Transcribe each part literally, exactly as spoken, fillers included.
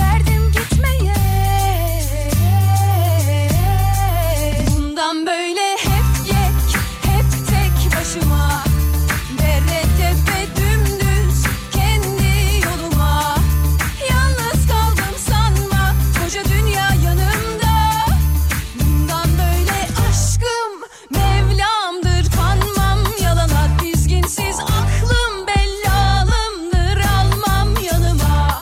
verdim gitmeye. Bundan böyle hep yek, hep tek başıma. Dere tepe dümdüz kendi yoluma. Yalnız kaldım sanma, koca dünya yanımda. Bundan böyle aşkım Mevlam'dır, kanmam yalana. Dizginsiz aklım bellalımdır, almam yanıma.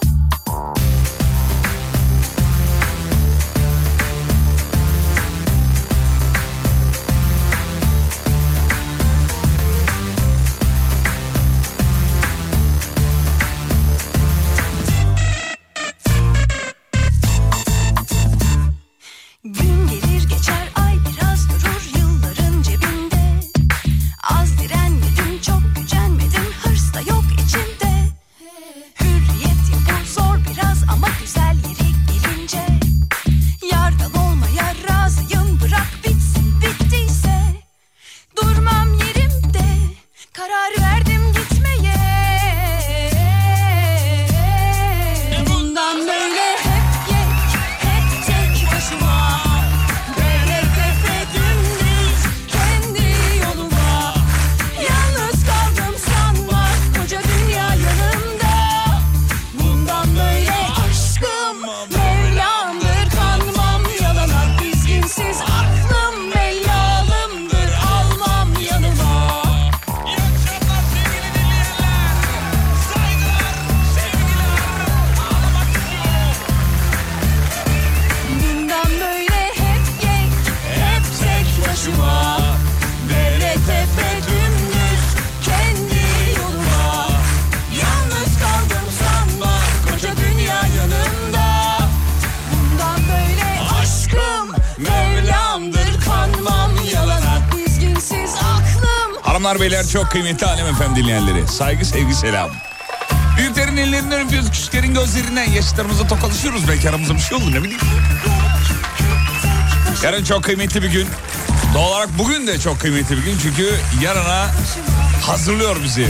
Gün gelir geçer, ay biraz durur yılların cebinde. Az direnmedim, çok gücenmedim, hırs da yok içimde. Hürriyet yapım zor biraz ama güzel yeri gelince. Yardan olmaya razıyım, bırak bitsin bittiyse. Durmam yerimde, karar verdim gitmeye. Bundan böyle hep yek, hep tek başıma. Dere tepe dümdüz kendi yoluma. Yalnız kaldım sanma, koca dünya yanımda. Bundan böyle aşkım Mevlam'dır, kanmam yalana. Dizginsiz aklım bellalımdır, almam yanıma. İyi akşamlar sevgili dinleyenler. Saygılar, sevgiler. Ağlamak istiyorum. Bundan böyle hep yek, hep tek başıma. Dere tepe dümdüz kendi yoluma. Yalnız kaldım sanma, koca dünya yanımda. Bundan böyle aşkım Mevlam'dır, kanmam yalana. Dizginsiz aklım. Hanımlar beyler, çok kıymetli Alem Efem dinleyenleri, saygı sevgi selam. Büyüklerin ellerinden öpüyoruz, küçüklerin gözlerinden, yaşıtlarımıza tokalaşıyoruz. Belki aramızda bir şey olur, ne bileyim. Yarın çok kıymetli bir gün. Doğal olarak bugün de çok kıymetli bir gün, çünkü yarına hazırlıyor bizi.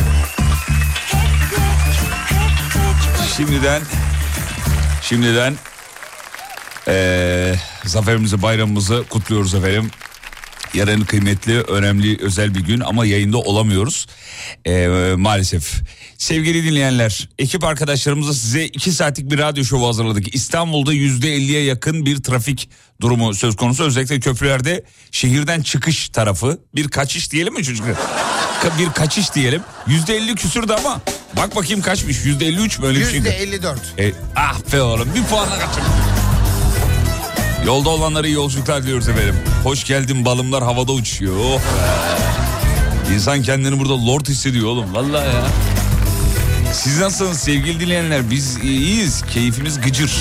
Şimdiden Şimdiden eee zaferimizi, bayramımızı kutluyoruz efendim. Yarın kıymetli, önemli, özel bir gün ama yayında olamıyoruz Eee, maalesef. Sevgili dinleyenler, ekip arkadaşlarımızla size iki saatlik bir radyo şovu hazırladık. İstanbul'da yüzde elliye yakın bir trafik durumu söz konusu. Özellikle köprülerde şehirden çıkış tarafı, bir kaçış diyelim mi çocuklar? Ka- Bir kaçış diyelim. Yüzde elli küsürdü ama bak bakayım kaçmış, yüzde elli üç mü, öyle bir şeydi. yüzde elli dört. E, ah be oğlum, bir puanla kaçırdım. Yolda olanlara iyi yolculuklar diliyoruz efendim. Hoş geldin balımlar havada uçuyor. Oh be. İnsan kendini burada lord hissediyor oğlum, vallahi ya. Siz nasılsınız sevgili dinleyenler? Biz iyiyiz, keyfimiz gıcır.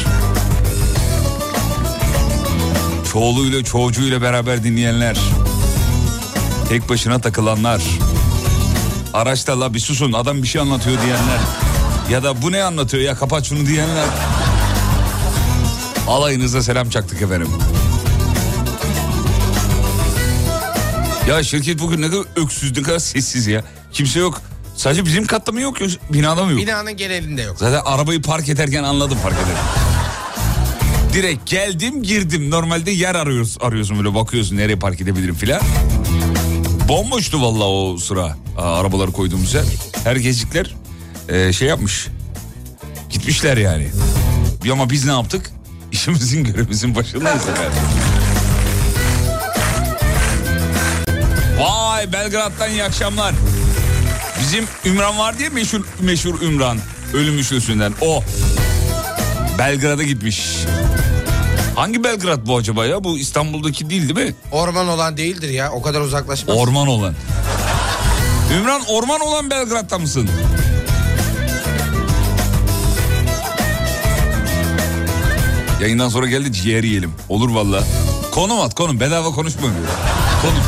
Çoğuluyla çocuğuyla beraber dinleyenler, tek başına takılanlar, araçta la bir susun adam bir şey anlatıyor diyenler, ya da bu ne anlatıyor ya kapat şunu diyenler. Alayınıza selam çaktık efendim. Ya şirket bugün ne kadar öksüz, ne kadar sessiz ya. Kimse yok. Sadece bizim katta mı yok, binada mı yok? Binanın genelinde yok. Zaten arabayı park ederken anladım, fark ederim. Direkt geldim girdim. Normalde yer arıyoruz, arıyorsun böyle, bakıyorsun nereye park edebilirim filan. Bomboştu vallahi o sıra. Aa, arabaları koyduğumuz yer. Herkeslikler e, şey yapmış. Gitmişler yani. Ama biz ne yaptık? İşimizin görevimizin başındayız efendim. Vay, Belgrad'dan iyi akşamlar. Bizim Ümran var diye meşhur meşhur Ümran. Ölüm üçlüsünden. O. Belgrad'a gitmiş. Hangi Belgrad bu acaba ya? Bu İstanbul'daki değil değil mi? Orman olan değildir ya. O kadar uzaklaşmaz. Orman olan. Ümran, orman olan Belgrad'da mısın? Yayından sonra geldi, ciğer yiyelim. Olur valla. Konum at, konum. Bedava konuşmuyor. Konum.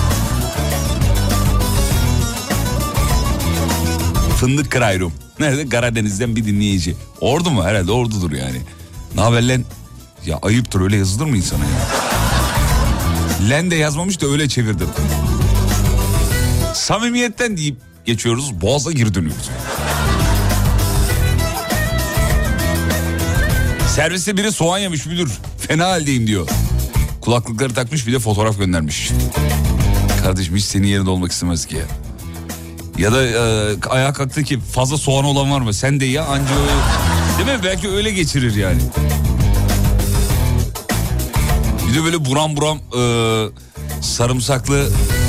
Fındık Kırayrum. Nerede? Karadeniz'den bir dinleyici. Ordu mu? Herhalde Ordu'dur yani. Ne haber lan? Ya ayıptır, öyle yazılır mı insana ya? Len de yazmamış da öyle çevirdim. Samimiyetten deyip geçiyoruz. Boğaz'a geri dönüyoruz. Serviste biri soğan yemiş müdür. Fena haldeyim diyor. Kulaklıkları takmış, bir de fotoğraf göndermiş. Kardeşim hiç senin yerinde olmak istemez ki ya. Ya da e, ayağa kalktı ki fazla soğan olan var mı? Sen de ya anca öyle. Değil mi? Belki öyle geçirir yani. Bir de böyle buram buram e, sarımsaklı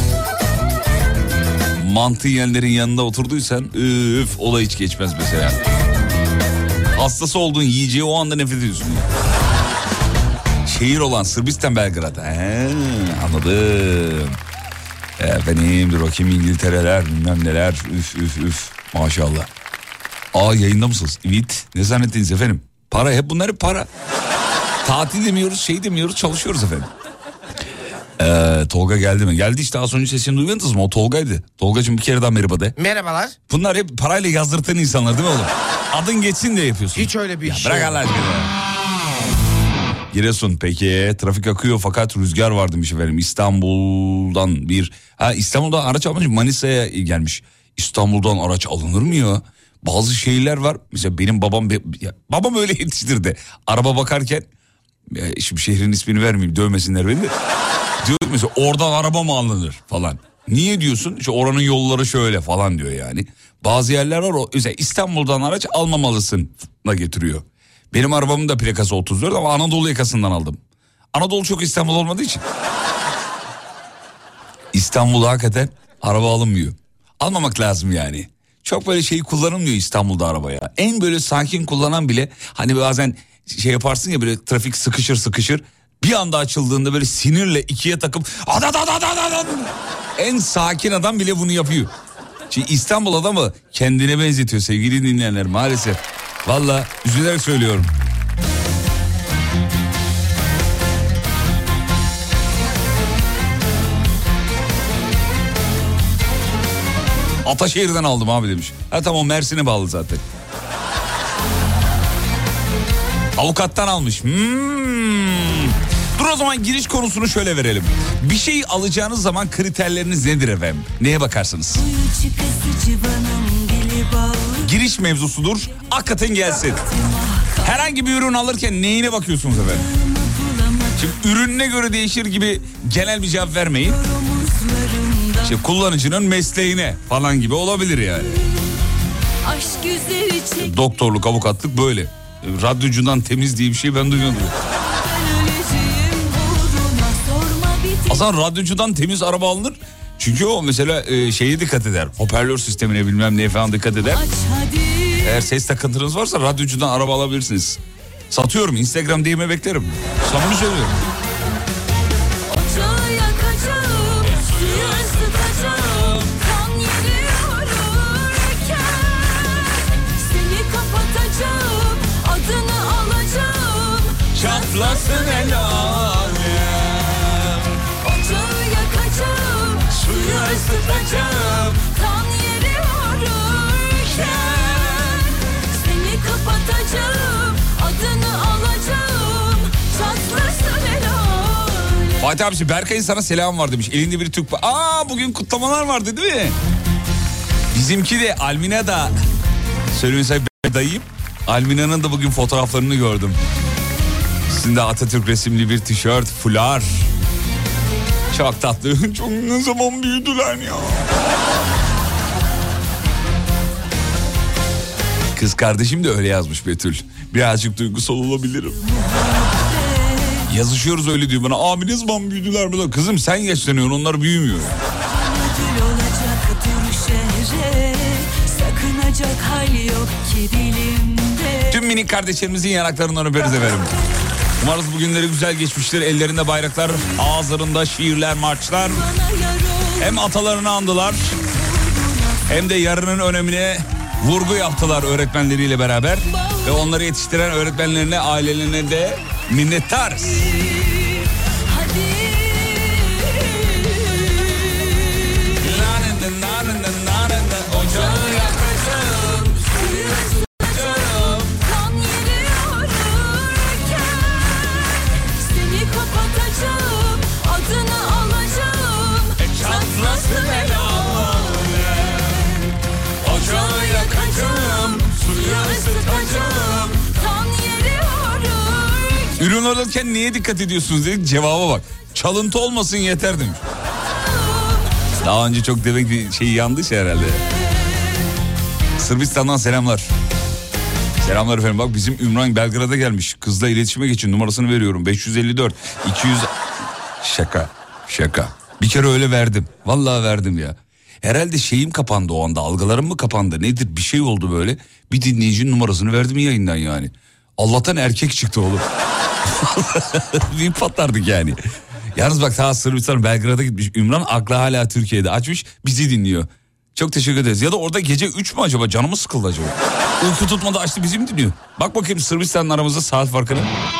mantı yiyenlerin yanında oturduysan üf, olay hiç geçmez mesela. Hastası olduğun yiyeceği o anda nefret ediyorsun. Şehir olan Sırbistan Belgrad. He, anladım. Efendim dur bakayım, İngiltere'ler bilmem neler, üf üf üf maşallah. Aa, yayında mısınız? Evet. Ne zannettiniz efendim? Para, hep bunlar hep para. Tatil demiyoruz, şey demiyoruz, çalışıyoruz efendim. Ee, Tolga geldi mi? Geldi işte, az önce sesini duymadınız mı? O Tolga'ydı. Tolgacığım bir kere daha merhaba de. Merhabalar. Bunlar hep parayla yazdırtan insanlar değil mi oğlum? Adın geçsin de yapıyorsun. Hiç öyle bir ya şey. Bırak Allah aşkına. Giresun peki, trafik akıyor fakat rüzgar var demiş efendim. İstanbul'dan bir... Ha, İstanbul'dan araç almış, Manisa'ya gelmiş. İstanbul'dan araç alınır mı ya? Bazı şehirler var. Mesela benim babam... Ya, babam öyle yetiştirdi. Araba bakarken... Ya, şimdi şehrin ismini vermeyeyim, dövmesinler beni de. Diyor mesela, oradan araba mı alınır falan. Niye diyorsun? İşte oranın yolları şöyle falan diyor yani. Bazı yerler var, o mesela İstanbul'dan araç almamalısın da getiriyor. Benim arabamın da plakası otuz dört ama Anadolu yakasından aldım. Anadolu çok İstanbul olmadığı için. İstanbul'da hakikaten araba alınmıyor. Almamak lazım yani. Çok böyle şey kullanılmıyor İstanbul'da arabaya. En böyle sakin kullanan bile hani bazen şey yaparsın ya, böyle trafik sıkışır sıkışır. Bir anda açıldığında böyle sinirle ikiye takıp adadadadadadad. En sakin adam bile bunu yapıyor. Şimdi İstanbul adamı kendine benzetiyor sevgili dinleyenler maalesef. Vallahi üzülerek söylüyorum. Ataşehir'den aldım abi demiş. Ha tamam, Mersin'e bağlı zaten. Avukattan almış. Hmm. Dur o zaman giriş konusunu şöyle verelim. Bir şey alacağınız zaman kriterleriniz nedir efendim? Neye bakarsınız? Giriş mevzusudur. Hakikaten gelsin. Herhangi bir ürün alırken neyine bakıyorsunuz efendim? Şimdi ürününe göre değişir gibi genel bir cevap vermeyin. İşte kullanıcının mesleğine falan gibi olabilir yani. Doktorluk, avukatlık böyle. Radyocundan temiz diye bir şey ben duymadım. Aslında radyocudan temiz araba alınır. Çünkü o mesela e, şeye dikkat eder. Hoparlör sistemine bilmem neye falan dikkat eder. Eğer ses takıntınız varsa radyocudan araba alabilirsiniz. Satıyorum, Instagram D M'e beklerim. Samimi söylüyorum. Çatlasın el alem. Ocağı yakacağım, suyu ısıtacağım. Kan yeri vururken seni kapatacağım, adını alacağım. Çatlasın el alem. Fatih abisi, Berkay'ın sana selam var demiş. Elinde bir Türk... Aa, bugün kutlamalar vardı değil mi? Bizimki de Almina da... Söylemesek dayım. Almina'nın da bugün fotoğraflarını gördüm. Üstünde Atatürk resimli bir tişört, fular. Çok tatlı. Çok ne zaman büyüdüler ya. Kız kardeşim de öyle yazmış Betül. Birazcık duygusal olabilirim. Yazışıyoruz öyle diyor bana. Abi ne zaman büyüdüler burada? Kızım sen yaşlanıyorsun, onlar büyümüyor. Tüm minik kardeşlerimizin yanaklarından öperiz efendim. Umarız bugünleri güzel geçmiştir. Ellerinde bayraklar, ağızlarında şiirler, marşlar. Hem atalarını andılar, hem de yarının önemine vurgu yaptılar öğretmenleriyle beraber. Ve onları yetiştiren öğretmenlerine, ailelerine de minnettarız. Ocağı yakacağım, suyu ısıtacağım. Kan yeri vururken Ürün alırken niye dikkat ediyorsunuz dedik, cevaba bak. Çalıntı olmasın yeter demiş. Daha önce çok demek ki şey yanlış herhalde. Sırbistan'dan selamlar. Selamlar efendim, bak bizim Ümran Belgrad'a gelmiş. Kızla iletişime geçin, numarasını veriyorum. beş yüz elli dört iki yüz. Şaka şaka. Bir kere öyle verdim. Vallahi verdim ya. Herhalde şeyim kapandı o anda, algılarım mı kapandı nedir, bir şey oldu böyle. Bir dinleyicinin numarasını verdim yayından yani. Allah'tan erkek çıktı oğlum. Bir patlardık yani. Yalnız bak ta Sırbistan Belgrad'a gitmiş Ümran, aklı hala Türkiye'de, açmış bizi dinliyor. Çok teşekkür ederiz. Ya da orada gece üç mü acaba, canımız sıkıldı acaba. Uyku tutmadı, açtı bizi mi dinliyor? Bak bakayım Sırbistan'la aramızda saat farkını.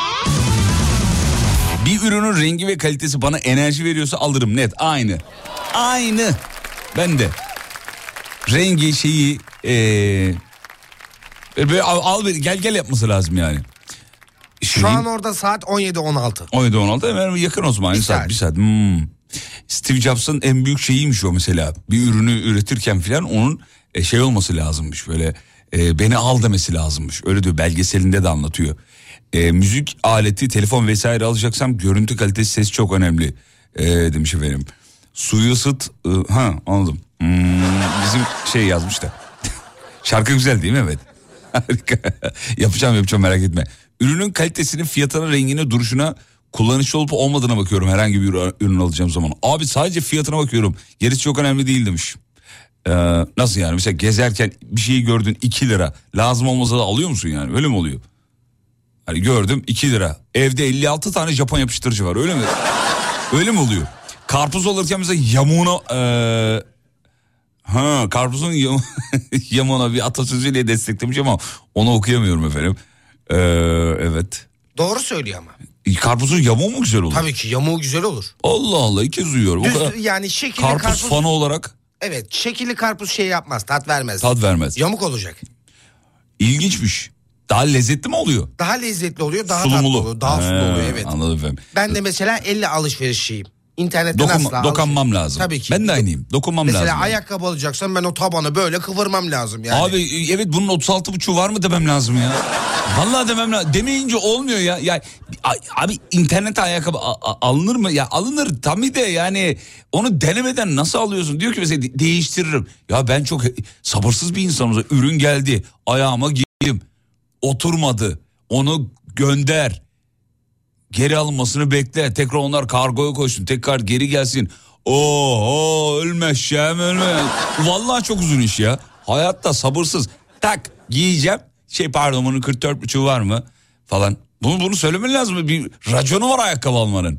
Bir ürünün rengi ve kalitesi bana enerji veriyorsa alırım net, aynı. Aynı. Ben de. Rengi şeyi ee, böyle al, al gel gel yapması lazım yani. Şu Şeyin, an orada saat on yedi on altı. on yedi on altı hemen yakın o zaman. Bir saat. saat. Bir saat. Hmm. Steve Jobs'ın en büyük şeyiymiş o mesela. Bir ürünü üretirken filan onun e, şey olması lazımmış. Böyle e, beni al demesi lazımmış. Öyle diyor, belgeselinde de anlatıyor. E, müzik aleti, telefon vesaire alacaksam görüntü kalitesi, ses çok önemli e, demiş efendim. Suyu ısıt. E, ha anladım. Hmm, bizim şey yazmış da. Şarkı güzel değil mi? Evet. Harika. yapacağım yapacağım merak etme. Ürünün kalitesinin, fiyatına, rengine, duruşuna, kullanışlı olup olmadığına bakıyorum herhangi bir ürün alacağım zaman. Abi sadece fiyatına bakıyorum. Gerisi çok önemli değil demiş. Ee, nasıl yani? Mesela gezerken bir şeyi gördün iki lira. Lazım olmasa da alıyor musun yani? Öyle mi oluyor? Hani gördüm iki lira. Evde elli altı tane Japon yapıştırıcı var, öyle mi? Öyle mi oluyor? Karpuz alırken mesela yamuğuna... Ee... Ha karpuzun yam... yamuğuna bir atasözüyle desteklemiş ama onu okuyamıyorum efendim. Ee, evet. Doğru söylüyor ama. Karpuzun yamuğu mu güzel olur? Tabii ki yamuğu güzel olur. Allah Allah, ilk kez duyuyorum. Düz, o kadar... Yani şekilli karpuz, karpuz... fanı olarak. Evet, şekilli karpuz şey yapmaz, tat vermez. Tat vermez. Yamuk olacak. İlginçmiş. Daha lezzetli mi oluyor? Daha lezzetli oluyor, daha Sulumulu. tatlı oluyor. Daha He, sulu oluyor, evet. Anladım efendim. Ben de mesela elle alışverişçiyim. İnternetten Dokunma, asla dokunmam alışveriş. lazım. Tabii ki. Ben de aynıyım. Dokunmam mesela lazım. Mesela ayakkabı alacaksan ben o tabanı böyle kıvırmam lazım yani. Abi evet, bunun otuz altı buçuğu var mı demem lazım ya. Vallahi demem lazım. Demeyince olmuyor ya. Ya abi internete ayakkabı alınır mı? Ya alınır tabii de yani onu denemeden nasıl alıyorsun? Diyor ki mesela değiştiririm. Ya ben çok sabırsız bir insanım. Ürün geldi. Ayağıma giyeyim. Oturmadı. Onu gönder. Geri alınmasını bekle. Tekrar onlar kargoya koysun. Tekrar geri gelsin. Oo ölmez şem ölmez. Vallahi çok uzun iş ya. Hayatta sabırsız. Tak giyeceğim. Şey pardon bunun kırk dört buçuğu var mı? Falan. Bunu, bunu söylemen lazım. Bir raconu var ayakkabı almanın.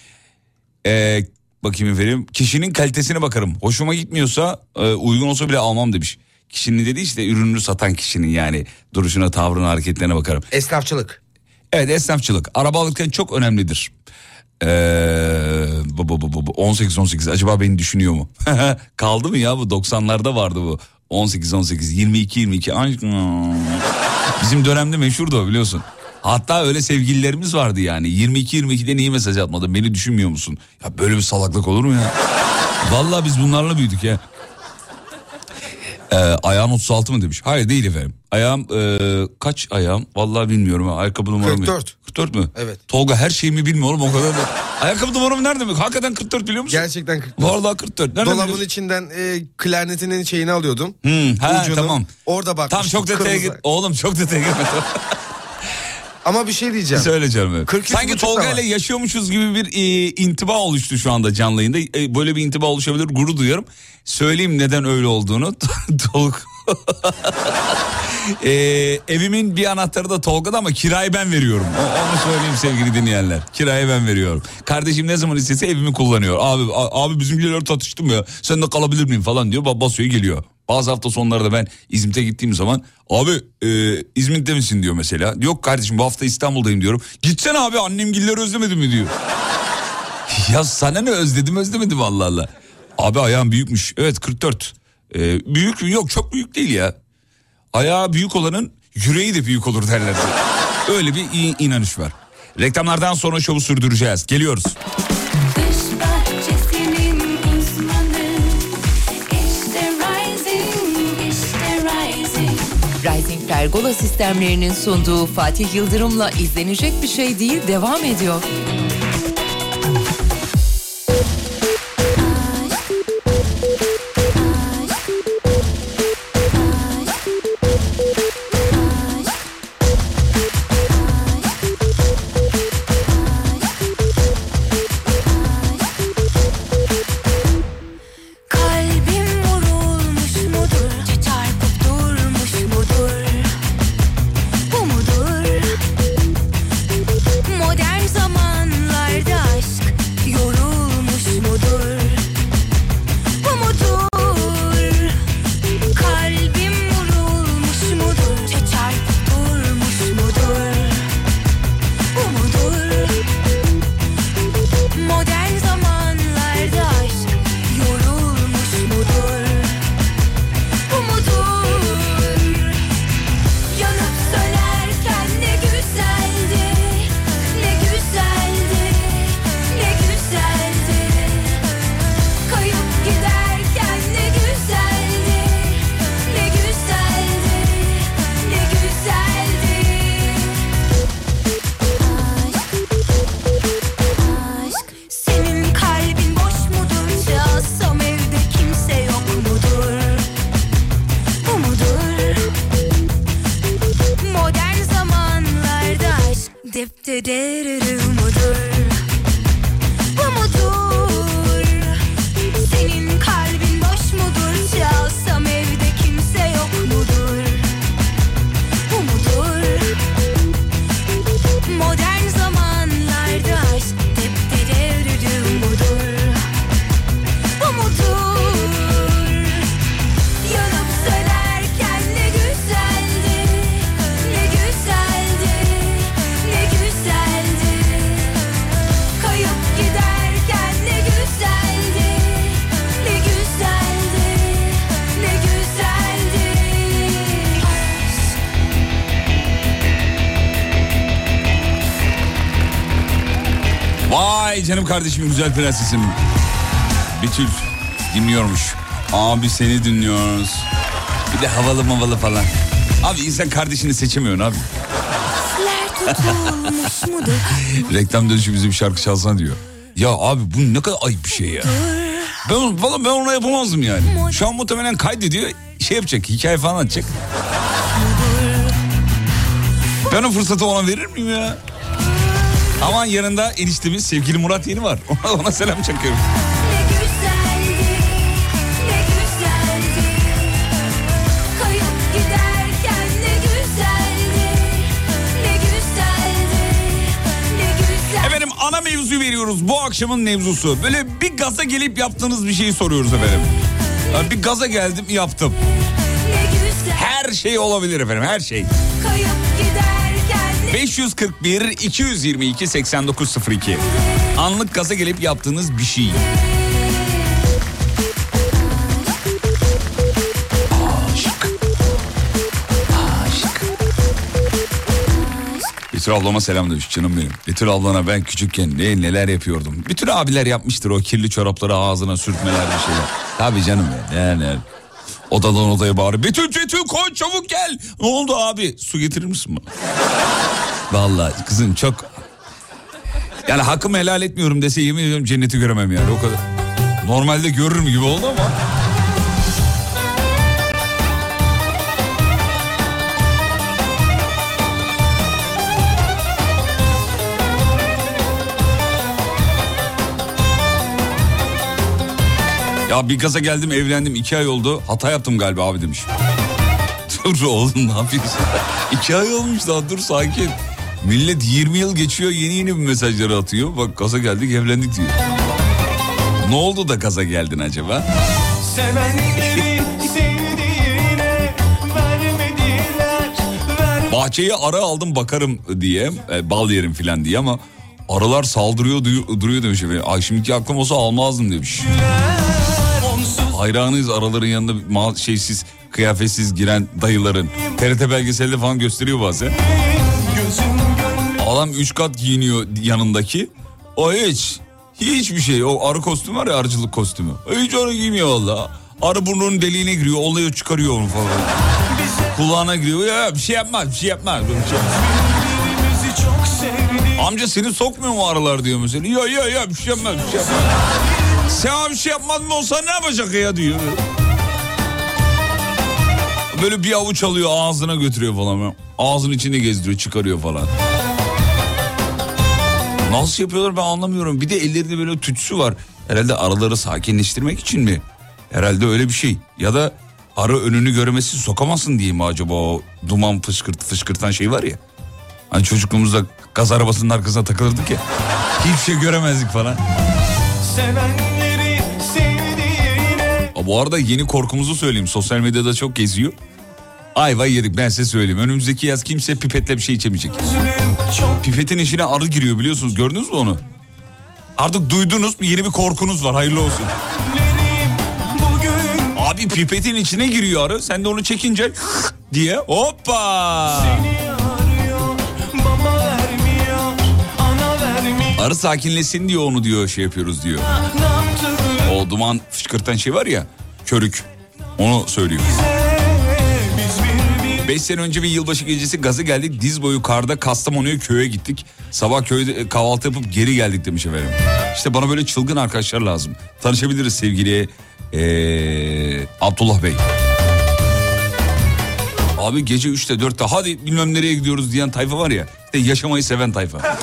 Ee, bakayım efendim. Kişinin kalitesine bakarım. Hoşuma gitmiyorsa e, uygun olsa bile almam demiş. Kişinin dediği işte ürünü satan kişinin yani duruşuna, tavrına, hareketlerine bakarım. Esnafçılık. Evet, esnafçılık. Araba alırken çok önemlidir. Ee, bu, bu, bu, bu. on sekiz on sekiz acaba beni düşünüyor mu? Kaldı mı ya bu, doksanlarda vardı bu. on sekiz on sekiz yirmi iki yirmi iki bizim dönemde meşhurdu o, biliyorsun. Hatta öyle sevgililerimiz vardı yani. yirmi iki yirmi ikide niye mesaj atmadın, beni düşünmüyor musun? Ya böyle bir salaklık olur mu ya? Vallahi biz bunlarla büyüdük ya. Ee, ayağım otuz altı mı demiş. Hayır değil efendim. Ayağım e, kaç ayağım? Vallahi bilmiyorum. Ayakkabı numaramı. kırk dört. kırk dört mü? Evet. Tolga her şeyimi bilmiyorum o kadar da. Ayakkabı numaramı nerede mi? Hakikaten kırk dört biliyor musun? Gerçekten kırk dört. Vallahi kırk dört. Nereden Dolabın biliyorsun? içinden e, klarnetinin şeyini alıyordum. Hmm, ha, Ucunu. tamam. Orada bakmıştım. Tamam çok detaya gir. Kırmızı. Oğlum çok detaya girme. Ama bir şey diyeceğim. Söyle canım. Evet. kırk üç Sanki buçuk da Tolga var. ile yaşıyormuşuz gibi bir e, intiba oluştu şu anda canlı yayında. E, böyle bir intiba oluşabilir, gurur duyarım. Söyleyeyim neden öyle olduğunu. Tolga. e, evimin bir anahtarı da Tolga'da ama kirayı ben veriyorum. O, onu söyleyeyim sevgili dinleyenler. Kirayı ben veriyorum. Kardeşim ne zaman istese evimi kullanıyor. Abi abi bizimkiler tartıştım ya. Sen de kalabilir miyim falan diyor. Basıyor geliyor. Bazı hafta sonları da ben İzmit'e gittiğim zaman abi e, İzmit'te misin diyor mesela. Yok kardeşim bu hafta İstanbul'dayım diyorum. Gitsene abi annemgilleri özlemedin mi diyor. Ya sana ne, özledim özlemedim Allah Allah. Abi ayağım büyükmüş. Evet kırk dört. Ee, büyük mü? Yok çok büyük değil ya. Ayağı büyük olanın yüreği de büyük olur derler. Öyle bir inanış var. Reklamlardan sonra şovu sürdüreceğiz. Geliyoruz. Dış bahçesinin uzmanı, işte Rising, işte Rising. Rising Pergola Sistemlerinin sunduğu Fatih Yıldırım'la izlenecek bir şey değil devam ediyor. Canım kardeşim, güzel prensesim. Betül dinliyormuş. Abi seni dinliyoruz. Bir de havalı mavalı falan. Abi insan kardeşini seçemiyor abi. Reklam dönüşü bize bir şarkı çalsana diyor. Ya abi bu ne kadar ayıp bir şey ya. Ben, vallahi ben ona yapamazdım yani. Şu an muhtemelen kaydediyor, şey yapacak, hikaye falan atacak. Ben o fırsatı ona verir miyim ya? Aman yanında eniştemiz sevgili Murat Yeni var. Ona, ona selam çakıyorum. Ne güzeldi, ne güzeldi. Kayıp giderken ne güzeldi, ne güzeldi, ne güzeldi. Efendim ana mevzuyu veriyoruz. Bu akşamın mevzusu. Böyle bir gaza gelip yaptığınız bir şeyi soruyoruz efendim. Yani bir gaza geldim, yaptım. Her şey olabilir efendim, her şey. Kayıp giderken beş yüz kırk bir iki yüz yirmi iki seksen dokuz sıfır iki. Anlık gaza gelip yaptığınız bir şey. Aşk. Aşk. Betül ablama selam demiş canım benim. Betül ablana ben küçükken ne neler yapıyordum. Bütün abiler yapmıştır o kirli çorapları ağzına sürtmeler bir şeyler. Tabii canım ya. Yani. Odadan odaya bağırıyor. Betül Betül koy çabuk gel. Ne oldu abi? Su getirir misin bana? Vallahi kızım çok... Yani hakkımı helal etmiyorum dese yemin ediyorum cenneti göremem yani o kadar. Normalde görürüm gibi oldu ama... Ya bir gaza geldim, evlendim, iki ay oldu. Hata yaptım galiba abi demiş. Dur oğlum ne yapıyorsun? iki ay olmuş daha, dur sakin. Millet yirmi yıl geçiyor, yeni yeni bir mesajları atıyor. Bak gaza geldik, evlendik diyor. Ne oldu da gaza geldin acaba? Sevenleri sevdiğine vermediler. Ver... Bahçeye arı aldım bakarım diye, e, bal yerim filan diye ama arılar saldırıyor duruyor, duruyor demiş efendim. Ay şimdiki aklım olsa almazdım demiş. Hayranıyız araların yanında ma- şeysiz, kıyafetsiz giren dayıların. T R T belgeselde falan gösteriyor bazen. Adam üç kat giyiniyor yanındaki. O hiç, hiçbir şey. O arı kostümü var ya, arıcılık kostümü. Hiç onu giymiyor valla. Arı burnunun deliğine giriyor, oluyor çıkarıyor onu falan. Kulağına giriyor. Ya bir şey yapmaz, bir şey yapmaz. Bir şey yapmaz. Birbirimizi çok sevdik. Amca seni sokmuyor mu arılar diyor mesela. Ya ya ya bir şey yapmaz, bir şey yapmaz. Sen bir şey yapmaz mı olsa ne yapacak ya diyor. Böyle bir avuç alıyor ağzına götürüyor falan. Ağzının içinde gezdiriyor, çıkarıyor falan. Nasıl yapıyorlar ben anlamıyorum. Bir de ellerinde böyle tütsü var. Herhalde arıları sakinleştirmek için mi? Herhalde öyle bir şey. Ya da arı önünü göremesi sokamasın diye mi acaba o duman fışkırt, fışkırtan şey var ya. Hani çocukluğumuzda gaz arabasının arkasına takılırdık ya. Hiçbir şey göremezdik falan. Sevenleri sevdiğine. Bu arada yeni korkumuzu söyleyeyim. Sosyal medyada çok geziyor. Ayva yedik ben size söyleyeyim. Önümüzdeki yaz kimse pipetle bir şey içemeyecek. Çok Pipetin içine arı giriyor biliyorsunuz. Gördünüz mü onu? Artık duydunuz, yeni bir korkunuz var. Hayırlı olsun. lerim bugün. Abi pipetin içine giriyor arı. Sen de onu çekince diye hoppa. Seni arıyor. Baba vermiyor. Ana vermiyor. Arı sakinleşsin diyor onu diyor şey yapıyoruz diyor. Ne yaptın O duman fışkırtan şey var ya, körük. Onu söylüyor. bize? Biz bir bir. Beş sene önce bir yılbaşı gecesi gazı geldik. Diz boyu karda Kastamonu'ya köye gittik. Sabah köyde kahvaltı yapıp geri geldik demiş efendim. İşte bana böyle çılgın arkadaşlar lazım. Tanışabiliriz sevgili ee, Abdullah Bey. Abi gece üçte dörtte hadi bilmem nereye gidiyoruz diyen tayfa var ya. İşte yaşamayı seven tayfa.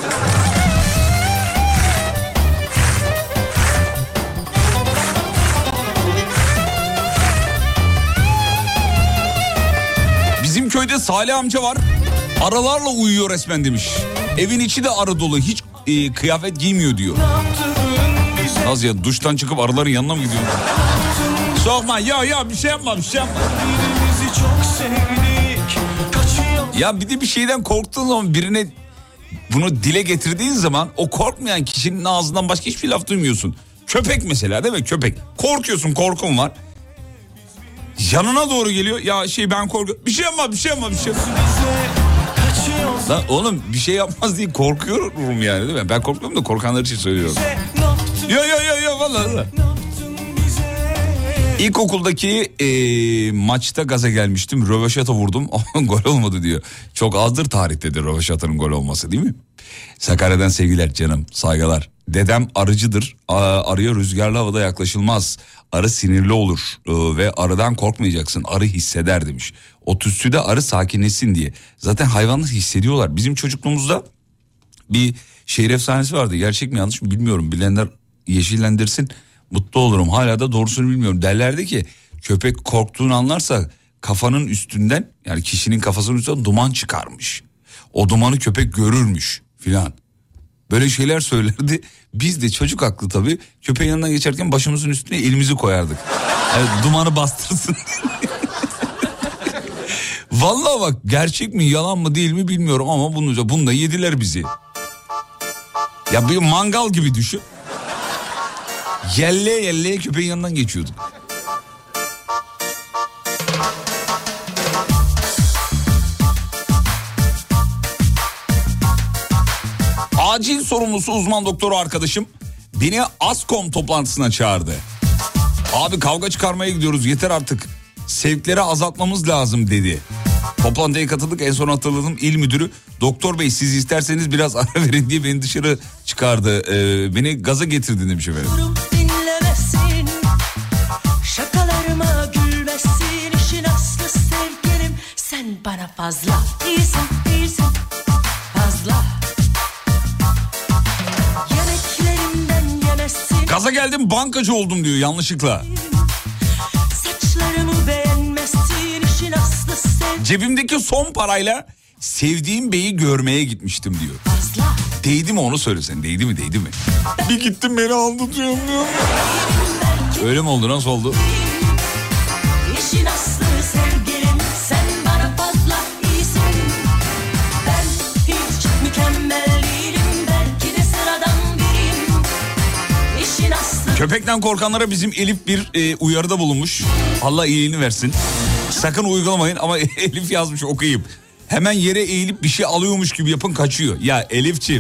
Bizim köyde Salih amca var. Arılarla uyuyor resmen demiş. Evin içi de arı dolu. Hiç e, kıyafet giymiyor diyor. Ne yaptın bize? Nasıl ya, duştan çıkıp arıların yanına mı gidiyor? Sokma ya ya bir şey yapma bir şey yapma. Birbirimizi çok sevdik. Kaçıyor. Ya bir de bir şeyden korktuğun zaman birine bunu dile getirdiğin zaman o korkmayan kişinin ağzından başka hiçbir laf duymuyorsun. Köpek mesela değil mi, köpek. Korkuyorsun, korkun var. Yanına doğru geliyor. Ya şey ben korkuyorum. Bir şey yapma bir şey yapma bir şey yapma. Kaçıyor. Lan oğlum bir şey yapmaz diye korkuyorum yani değil mi? Ben korkmuyorum da korkanlar için söylüyorum. Ne yaptın? Yo yo yo yo vallahi. Ne yaptın bize? İlkokuldaki e, maçta gaza gelmiştim. Röveşata vurdum. Gol olmadı diyor. Çok azdır tarihte de röveşatanın gol olması değil mi? Sakarya'dan sevgiler canım. Saygılar. Dedem arıcıdır. A- arıya rüzgarlı havada yaklaşılmaz. Arı sinirli olur e, ve arıdan korkmayacaksın. Arı hisseder demiş. O tütsü de arı sakinleşsin diye. Zaten hayvanlar hissediyorlar. Bizim çocukluğumuzda bir şehir efsanesi vardı. Gerçek mi yanlış mı bilmiyorum. Bilenler yeşillendirsin. Mutlu olurum. Hala da doğrusunu bilmiyorum. Derlerdi ki köpek korktuğunu anlarsa kafanın üstünden, yani kişinin kafasının üstünden duman çıkarmış. O dumanı köpek görürmüş filan. Böyle şeyler söylerdi. Biz de çocuk aklı tabii köpeğin yanından geçerken başımızın üstüne elimizi koyardık. Yani dumanı bastırsın. Vallahi bak, gerçek mi yalan mı değil mi bilmiyorum ama bunu, bunu da yediler bizi. Ya bir mangal gibi düşün. Yelleye yelleye köpeğin yanından geçiyorduk. Acil sorumlusu uzman doktoru arkadaşım beni Askom toplantısına çağırdı. Abi kavga çıkarmaya gidiyoruz, yeter artık. Sevkleri azaltmamız lazım dedi. Toplantıya katıldık, en son hatırladım il müdürü doktor bey siz isterseniz biraz ara verin diye beni dışarı çıkardı. Ee, beni gaza getirdi demiş efendim. Dinlemesin, şakalarıma gülmesin, işin aslı sevgilim, sen bana fazla iyisin, iyisin, fazla. Yemeklerimden yemesin, Gaza geldim bankacı oldum diyor yanlışlıkla. saçlarımı beğenmesin, işin aslı sevgilim, Cebimdeki son parayla sevdiğim beyi görmeye gitmiştim diyor. fazla. Değdi mi onu söylesen, değdi mi değdi mi? Bir gittim beni aldatıyor diyor. Öyle mi oldu, nasıl oldu? İşin aslı sevgilim, sen bana fazla iyisin. Ben hiç mükemmel değilim, belki de sıradan biriyim. İşin aslı Köpekten korkanlara bizim Elif bir e, uyarıda bulunmuş. Allah iyiliğini versin. Sakın uygulamayın ama Elif yazmış, okuyayım. Hemen yere eğilip bir şey alıyormuş gibi yapın, kaçıyor. Ya Elifciğim.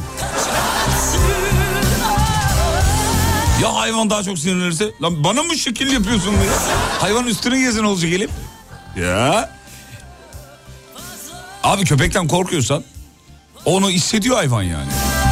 Ya hayvan daha çok sinirlenirse? Lan bana mı şekil yapıyorsun diye. Hayvan üstüne gezin olacak Elif. Ya. Abi köpekten korkuyorsan onu hissediyor hayvan yani.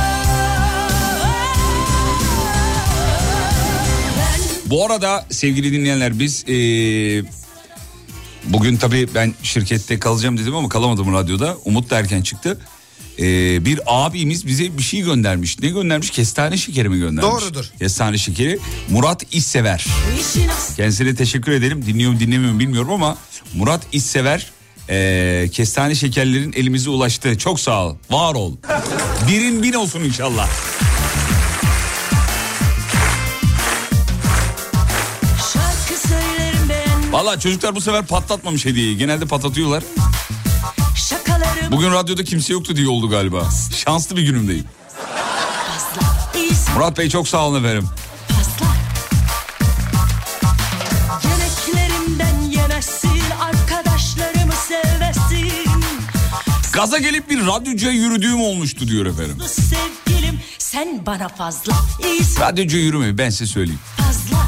Bu arada sevgili dinleyenler biz ee, bugün tabii ben şirkette kalacağım dedim ama kalamadım radyoda. Umut da erken çıktı. Ee, bir abimiz bize bir şey göndermiş. Ne göndermiş? Kestane şekeri mi göndermiş? Doğrudur. Kestane şekeri. Murat İşsever. Kendisine teşekkür edelim. Dinliyorum dinlemiyorum bilmiyorum ama Murat İşsever ee, kestane şekerlerin elimize ulaştı. Çok sağ ol. Var ol. Birin bin olsun inşallah. Vallahi çocuklar bu sefer patlatmamış hediyeyi. Genelde patlatıyorlar. Bugün radyoda kimse yoktu diye oldu galiba. Şanslı bir günümdeyim. Murat Bey çok sağ olun efendim. Gaza gelip bir radyocuya yürüdüğüm olmuştu diyor efendim. Sevgilim sen bana fazla iyisin. Radyocuya yürümeyi ben size söyleyeyim. Fazla.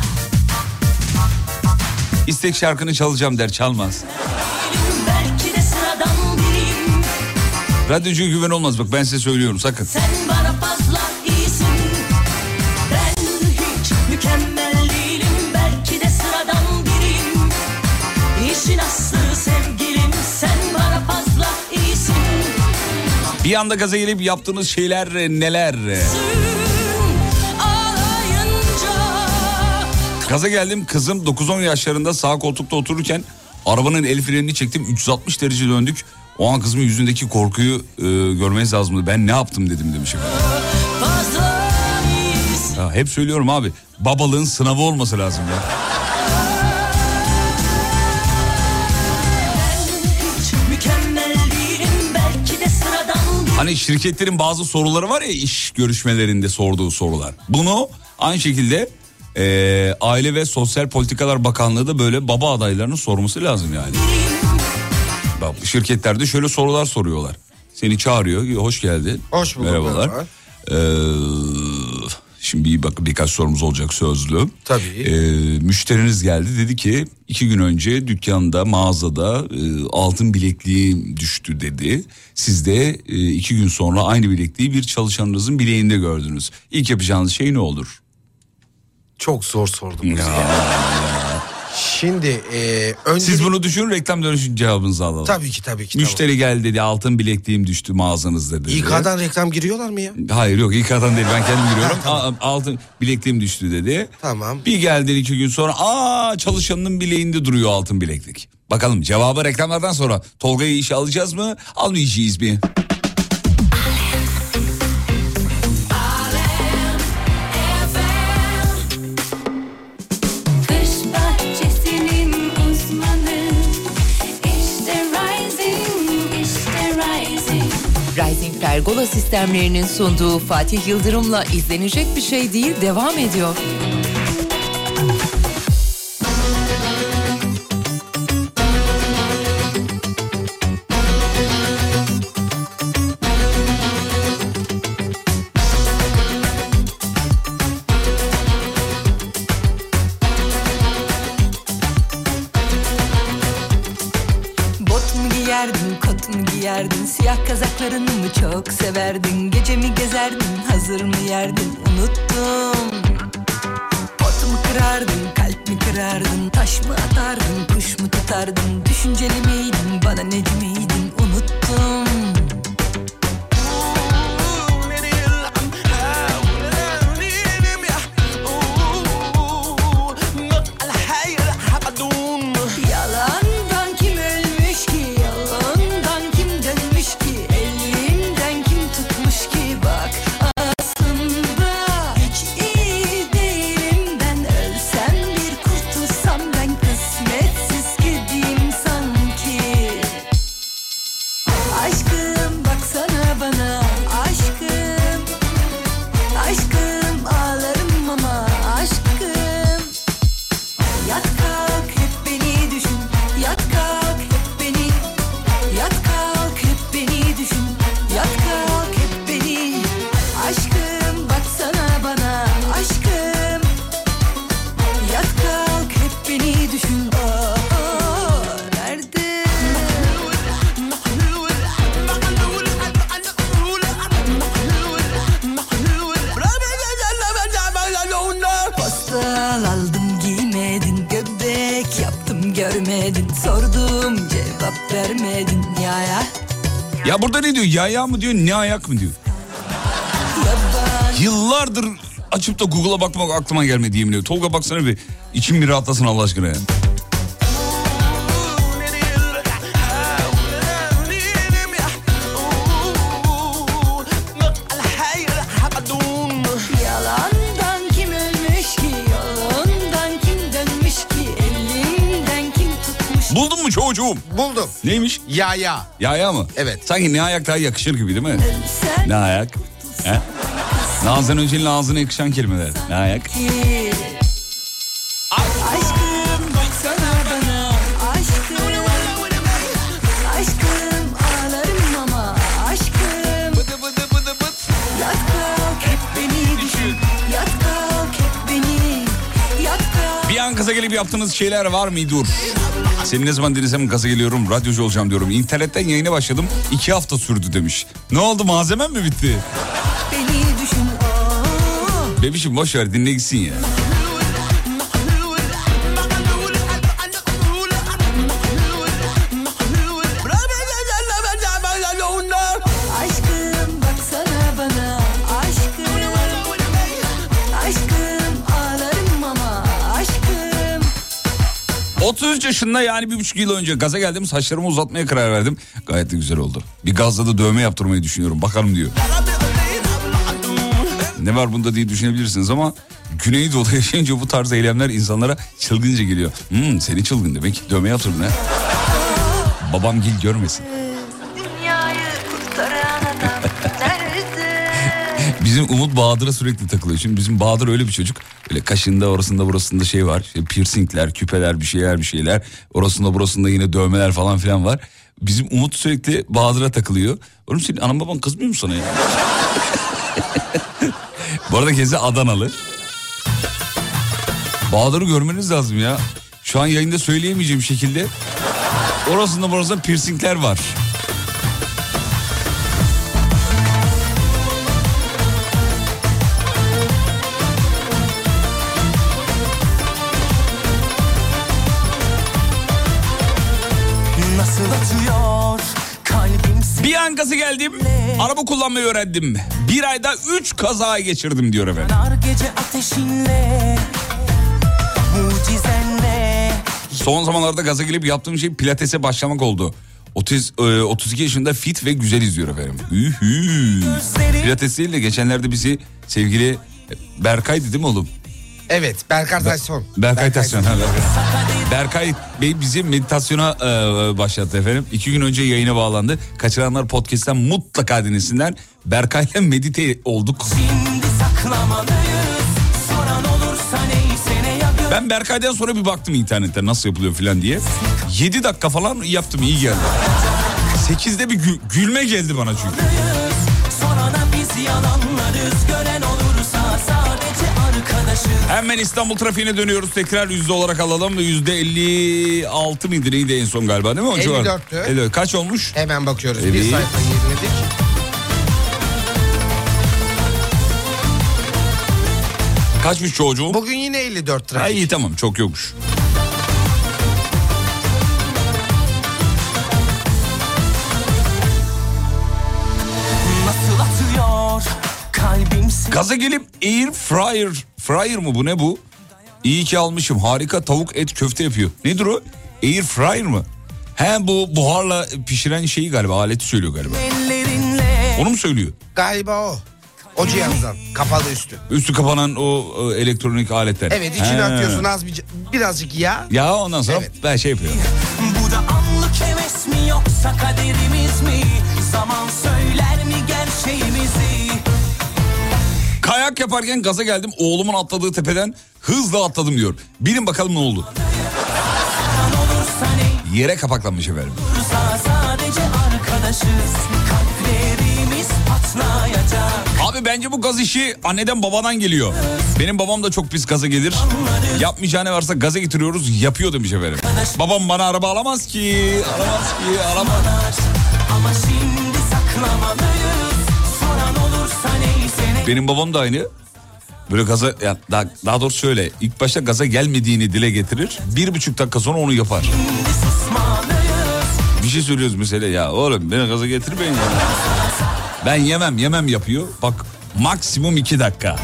İstek şarkını çalacağım der çalmaz. Belki de sıradan biriyim. Radyocuya güven olmaz bak ben size söylüyorum sakın. Sen bana fazla iyisin. Ben hiç mükemmel değilim. Belki de sıradan biriyim. İşin aslı sevgilim sen bana fazla iyisin. Bir anda gaza gelip yaptığınız şeyler neler? Gaza geldim kızım dokuz on yaşlarında sağ koltukta otururken arabanın el frenini çektim üç yüz altmış derece döndük. O an kızımın yüzündeki korkuyu e, görmeniz lazımdı. Ben ne yaptım dedim demiş efendim. Ya, hep söylüyorum abi babalığın sınavı olması lazım ya. Hani şirketlerin bazı soruları var ya iş görüşmelerinde sorduğu sorular. Bunu aynı şekilde e, Aile ve Sosyal Politikalar Bakanlığı da böyle baba adaylarının sorması lazım yani. Bak şirketlerde şöyle sorular soruyorlar. Seni çağırıyor, hoş geldin. Hoş bulduk. Merhabalar. Ee, şimdi bir bak birkaç sorumuz olacak sözlü. Tabii. Ee, müşteriniz geldi dedi ki iki gün önce dükkanda mağazada e, altın bilekliği düştü dedi. Siz de e, iki gün sonra aynı bilekliği bir çalışanınızın bileğinde gördünüz. İlk yapacağınız şey ne olur? Çok zor sordum. Ya. Şimdi e, önce... Siz bunu düşünün reklam dönüşünce cevabınızı alalım. Tabii ki tabii ki. Müşteri tamam. geldi dedi altın bilekliğim düştü mağazanızda dedi. İK'dan reklam giriyorlar mı ya? Hayır yok İK'dan değil ben kendim giriyorum. Tamam. Altın bilekliğim düştü dedi. Tamam. Bir geldi iki gün sonra aa çalışanının bileğinde duruyor altın bileklik. Bakalım cevabı reklamlardan sonra Tolga'yı işe alacağız mı almayacağız mı? Rising Pergola sistemlerinin sunduğu Fatih Yıldırım'la izlenecek bir şey değil devam ediyor. Bot mu giyerdin, kot mu giyerdin, siyah kazaklarını mı çok severdin, gece mi gezerdin, hazır mı yerdin, unuttum. Pot mu kırardın, kalp mi kırardın, taş mı atardın, kuş mu tutardın, düşünceli miydin, bana neci miydin, unuttum. Yalandan kim ölmüş ki, yalandan kim dönmüş ki, elimden kim tutmuş ki, bak aslında hiç iyi değilim ben, ölsem bir kurtulsam ben, kısmetsiz kediyim sanki. Aşkı görmedin. Sordum cevap vermedin ya ya. Ya burada ne diyor? Ya ya mı diyor, ne ayak mı diyor? Yaban. Yıllardır açıp da Google'a bakmak aklıma gelmedi yemin ediyorum. Tolga baksana bir, içim bir rahatlasın Allah aşkına ya. Yalandan kim ölmüş ki? Yalandan kim dönmüş ki? Elinden kim tutmuş? Buldun mu çocuğum? Buldum. Neymiş? Ya ya. Ya ya mı? Evet. Sanki ne ayak daha yakışır gibi değil mi? Sen Ne ayak? He? Nazan Öncel'in ağzına yakışan kelimeler. Ne ayak? ki. Aşkım baksana bana. Aşkım. Aşkım ağlarım ama. Aşkım. Yat kalk hep beni düşün. Yat kalk hep beni. Yat kalk. Bir an gaza gelip yaptığınız şeyler var mıydı? Dur. Seni ne zaman dinlesem gaza geliyorum, radyocu olacağım diyorum. İnternetten yayına başladım, iki hafta sürdü demiş. Ne oldu, malzemem mi bitti? Beni düşün. Oo. Bebişim boş ver, dinle gitsin ya. Aşkım baksana bana. Aşkım. Aşkım ağlarım ama. Aşkım. otuz üç yaşında, yani bir buçuk yıl önce gaza geldim, saçlarımı uzatmaya karar verdim. Gayet de güzel oldu. Bir gazla da dövme yaptırmayı düşünüyorum, bakalım diyor. Ne var bunda diye düşünebilirsiniz ama Güneydoğu'da yaşayınca bu tarz eylemler insanlara çılgınca geliyor. Hmm, seni çılgın demek, dövme yaptırdın ha. Babam gil görmesin. Dünyayı kurtaran adam nerede? Bizim Umut Bahadır'a sürekli takılıyor. Şimdi bizim Bahadır öyle bir çocuk. Öyle kaşında, orasında, burasında şey var. İşte piercingler, küpeler, bir şeyler bir şeyler. Orasında, burasında yine dövmeler falan filan var. Bizim Umut sürekli Bahadır'a takılıyor. Oğlum senin anan baban kızmıyor mu sana ya? Bu arada kendisi Adanalı. Bahadır'ı görmeniz lazım ya. Şu an yayında söyleyemeyeceğim şekilde orasında, burasında piercingler var. Nasıl atıyor kalbim seni. Bir an gaza geldim, araba kullanmayı öğrendim. Bir ayda üç kaza geçirdim diyor efendim. Yanar gece ateşinle. Mucizenle. Son zamanlarda gaza gelip yaptığım şey pilatese başlamak oldu. otuz, e, otuz iki yaşında fit ve güzel izliyor efendim. Ühü. Pilates değil de geçenlerde bizi sevgili Berkay'dı değil mi oğlum? Evet, Berkay Tayson. Berkay Taşyan. ha, Berkay. Berkay Bey bizi meditasyona e, başlattı efendim. İki gün önce yayına bağlandı. Kaçıranlar podcast'ten mutlaka dinlesinler. Berkay'la medite olduk. Şimdi saklamalıyız. Soran olursa neyse ne ya gör. Ben Berkay'dan sonra bir baktım internette nasıl yapılıyor falan diye. Yedi dakika falan yaptım, iyi geldi. Sekizde bir gü- gülme geldi bana çünkü. Sonra da biz yalanlarız. Gören olursa sadece arkadaşız. Hemen İstanbul trafiğine dönüyoruz. Tekrar yüzde olarak alalım. Yüzde elli altı mıydı neydi en son galiba değil mi? O civar? elli dörttü. elli dört. Kaç olmuş? Hemen bakıyoruz. Evet. Bir sayfa yeniledik. Kaçmış çocuğum? Bugün yine elli dört Ha, trafik. iyi tamam, çok yokmuş. Nasıl atıyor kalbim seni. Gaza gelip air fryer. Fryer mı bu, ne bu? İyi ki almışım. Harika tavuk et köfte yapıyor. Nedir o? Air fryer mı? He, bu buharla pişiren şeyi galiba, aleti söylüyor galiba. Ellerinle. Onu mu söylüyor? Galiba o. O cihazdan. Kapalı üstü. Üstü kapanan o e, elektronik aletler. Evet, içine He. atıyorsun az bir birazcık yağ. Ya ondan sonra Evet. ben şey yapıyorum. Bu da anlık heves mi yoksa kaderimiz mi? Zaman söyler mi gerçeğimizi? Kayak yaparken gaza geldim, oğlumun atladığı tepeden hızla atladım diyor. Bilin bakalım ne oldu? Soran olursa ne Yere kapaklanmış efendim. olursa sadece arkadaşız. Kalplerimiz patlayacak. Abi bence bu gaz işi anneden babadan geliyor. Benim babam da çok pis gaza gelir. Yapmayacağı ne varsa gaza getiriyoruz, yapıyor demiş efendim. Babam bana araba alamaz ki, alamaz ki, alamaz. Ama şimdi saklamalıyız. Soran olursa neyse ne. Benim babam da aynı. Böyle gaza ya daha, daha doğrusu şöyle ilk başta gaza gelmediğini dile getirir. Bir buçuk dakika sonra onu yapar. Bir şey söylüyoruz mesela ya oğlum beni gaza getirmeyin ya. Ben yemem yemem yapıyor. Bak maksimum iki dakika.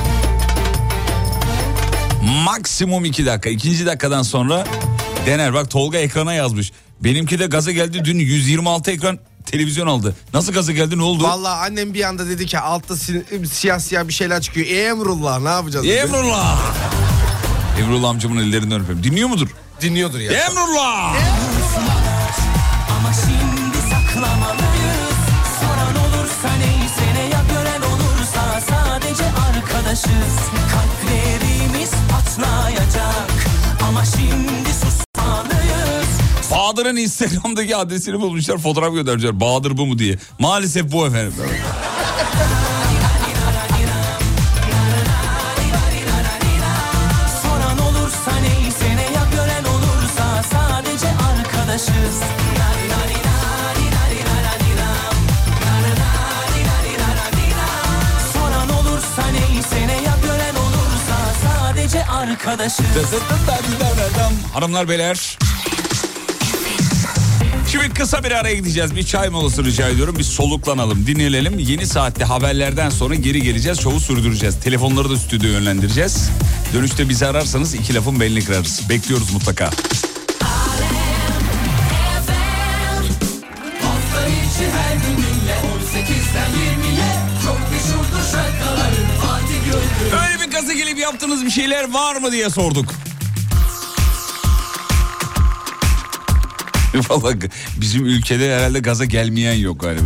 Maksimum iki dakika. İkinci dakikadan sonra dener. Bak Tolga ekrana yazmış. Benimki de gaza geldi dün yüz yirmi altı ekran televizyon aldı. Nasıl gaza geldi ne oldu? Vallahi annem bir anda dedi ki altta si- siyah siyah bir şeyler çıkıyor. Emrullah ne yapacağız? dedi. Emrullah. Emrullah amcamın ellerinden öpeyim. Dinliyor mudur? Dinliyordur ya. Emrullah. Ama şimdi saklamalıyız. Soran olursa neyse ne ya gören olursa sadece arkadaşız. Kalplerimiz patlayacak. Ama şimdi susmalıyız. Bahadır'ın Instagram'daki adresini bulmuşlar, fotoğraf göndermişler. Bahadır bu mu diye. Maalesef bu efendim. Soran olursa neyse ne ya gören olursa sadece arkadaşız. Soran olursa neyse ne ya gören olursa sadece arkadaşız. Hanımlar beyler. Şimdi kısa bir araya gideceğiz. Bir çay molası rica ediyorum. Bir soluklanalım, dinleyelim. Yeni saatte haberlerden sonra geri geleceğiz. Şovu sürdüreceğiz. Telefonları da stüdyoya yönlendireceğiz. Dönüşte bizi ararsanız iki lafın belini kırarız. Bekliyoruz mutlaka. Öyle bir gaza gelip yaptığınız bir şeyler var mı diye sorduk. Vallahi bizim ülkede herhalde gaza gelmeyen yok galiba.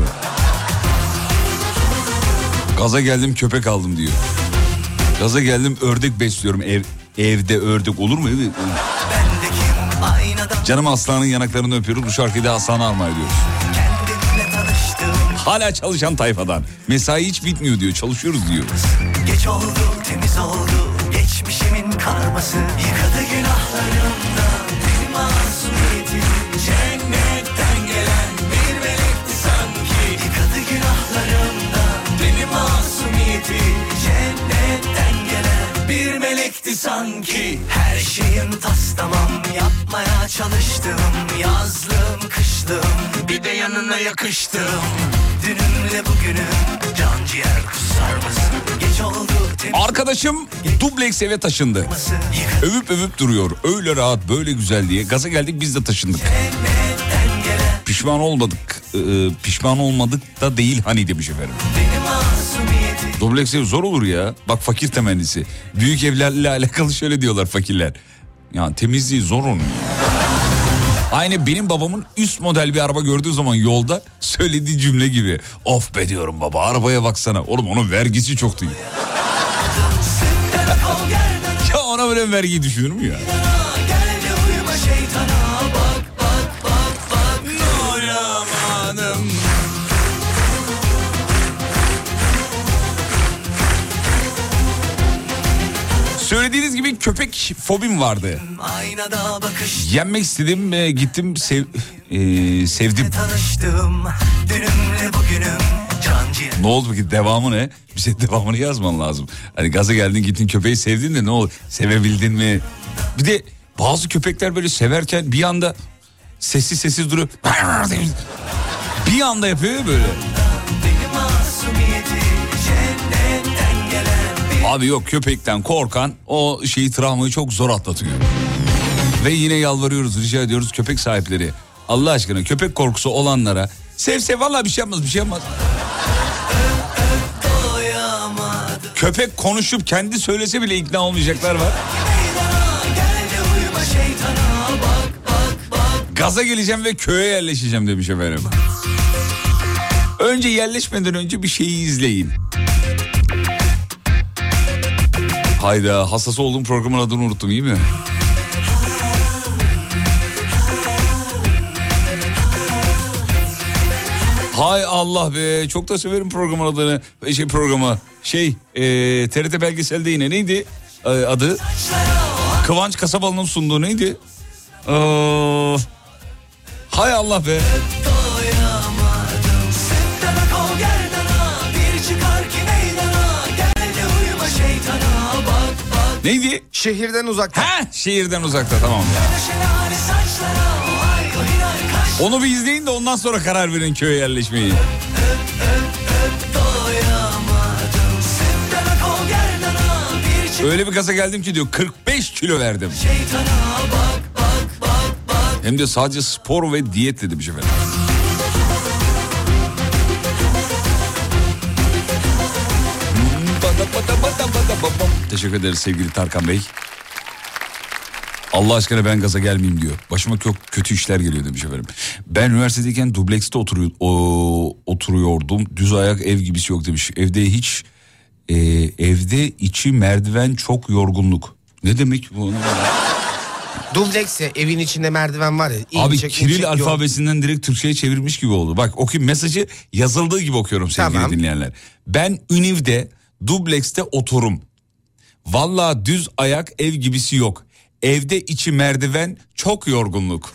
Gaza geldim köpek aldım diyor. Gaza geldim ördek besliyorum. Ev, evde ördek olur mu? Evet. Canım Aslan'ın yanaklarını öpüyoruz. Bu şarkıyı da Aslan'a armağan ediyoruz. Hala çalışan tayfadan. Mesai hiç bitmiyor diyor. Çalışıyoruz diyor. Geç oldu, temiz oldu. Geçmişimin karması yıkadı günahlarımdan. Benim masumiyetim cennetten gelen bir melekti sanki. Yıkadı günahlarımdan. Benim masumiyetim cennetten gelen bir melekti sanki. Her şeyim tas tamam yapmaya çalıştım. Yazlım kışlım bir de yanına yakıştım. Dünümle bugünüm can ciğer kusar mısın? Geç oldu. Arkadaşım dubleks eve taşındı. Övüp övüp duruyor. Öyle rahat böyle güzel diye. Gaza geldik biz de taşındık. Pişman olmadık. Ee, pişman olmadık da değil hani demiş efendim. Dubleks ev zor olur ya. Bak fakir temennisi. Büyük evlerle alakalı şöyle diyorlar fakirler. Ya temizliği zor onun ya. Aynı benim babamın üst model bir araba gördüğü zaman yolda söylediği cümle gibi. Of be diyorum baba arabaya baksana. Oğlum onun vergisi çok değil. Ya ona böyle vergiyi düşünür mü ya? Söylediğiniz gibi köpek fobim vardı. Yenmek istedim, e, gittim sev, e, sevdim. Ne oldu peki, devamı ne? Bize devamını yazman lazım. Hani gaza geldin gittin köpeği sevdin de ne oldu? Sevebildin mi? Bir de bazı köpekler böyle severken bir anda sessiz sessiz duruyor. Bir anda yapıyor ya böyle. Abi yok, köpekten korkan o şeyi, travmayı çok zor atlatıyor. Ve yine yalvarıyoruz, rica ediyoruz köpek sahipleri. Allah aşkına köpek korkusu olanlara sev sev, vallahi bir şey yapmaz bir şey yapmaz. Köpek konuşup kendi söylese bile ikna olmayacaklar var. Gaza geleceğim ve köye yerleşeceğim demiş efendim. Önce yerleşmeden önce bir şeyi izleyin. Hayda, hassas olduğum programın adını unuttum, iyi mi? Hay Allah be, çok da severim programın adını. Şey programı şey e, T R T belgeselde yine neydi e, adı? Kıvanç Kasabalı'nın sunduğu neydi? Ee, hay Allah be. Gel de uyuma şeytana. Neydi? Şehirden uzakta. Ha, şehirden uzakta, tamam ya. Onu bir izleyin de ondan sonra karar verin köye yerleşmeyi. Öyle bir gaza geldim ki diyor kırk beş kilo verdim. Hem de sadece spor ve diyet dedim efendim. Teşekkür ederiz sevgili Tarkan Bey. Allah aşkına ben gaza gelmeyeyim diyor. Başıma çok kötü işler geliyor demiş efendim. Ben üniversitedeyken dublekste oturuyor, o, oturuyordum. Düz ayak ev gibisi yok demiş. Evde hiç e, evde içi merdiven çok yorgunluk. Ne demek bu? Dublekse evin içinde merdiven var ya. Abi inecek, Kiril inecek, alfabesinden direkt Türkçe'ye çevirmiş gibi oldu. Bak okuyayım, mesajı yazıldığı gibi okuyorum sevgili Tamam. dinleyenler. Ben Üniv'de dublekste oturum. Vallahi düz ayak ev gibisi yok. Evde içi merdiven çok yorgunluk.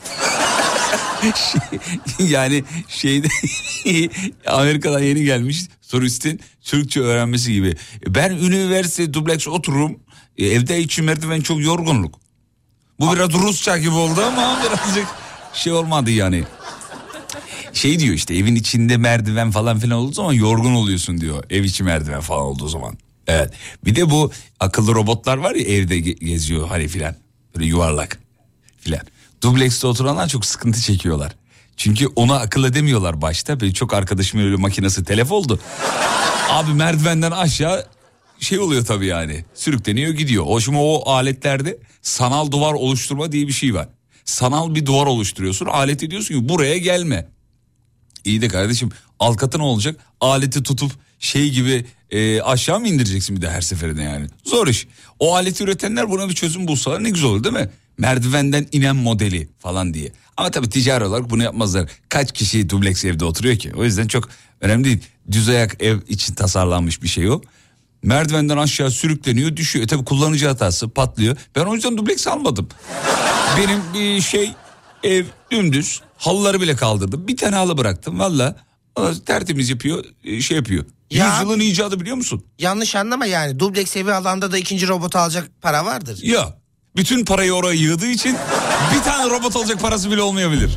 Yani şeyde Amerika'dan yeni gelmiş turistin Türkçe öğrenmesi gibi. Ben üniversite dubleks otururum. Evde içi merdiven çok yorgunluk. Bu biraz Rusça gibi oldu ama birazcık şey olmadı yani. Şey diyor işte, evin içinde merdiven falan filan olduğu zaman yorgun oluyorsun diyor. Ev içi merdiven falan olduğu zaman. Evet. Bir de bu akıllı robotlar var ya evde ge- geziyor hani filan. Böyle yuvarlak filan. Dublekste oturanlar çok sıkıntı çekiyorlar. Çünkü ona akıl edemiyorlar başta. Benim çok arkadaşımın öyle makinesi telef oldu. Abi merdivenden aşağı şey oluyor tabii yani. Sürükleniyor gidiyor. O şimdi o aletlerde sanal duvar oluşturma diye bir şey var. Sanal bir duvar oluşturuyorsun. Aleti diyorsun ki buraya gelme. İyi de kardeşim alt katı ne olacak? Aleti tutup şey gibi e, aşağı mı indireceksin bir de her seferinde yani? Zor iş. O aleti üretenler buna bir çözüm bulsalar ne güzel olur değil mi? Merdivenden inen modeli falan diye. Ama tabii ticari olarak bunu yapmazlar. Kaç kişi dubleks evde oturuyor ki? O yüzden çok önemli değil. Düz ayak ev için tasarlanmış bir şey o. Merdivenden aşağı sürükleniyor, düşüyor. E tabii kullanıcı hatası, patlıyor. Ben o yüzden dubleks almadım. Benim bir şey ev dümdüz, halıları bile kaldırdım. Bir tane halı bıraktım valla. Tertemiz yapıyor, şey yapıyor. Ya, Yüzyılın icadı biliyor musun? yanlış anlama yani. Dubleks evi alanda da ikinci robotu alacak para vardır. Ya bütün parayı oraya yığdığı için bir tane robot alacak parası bile olmayabilir.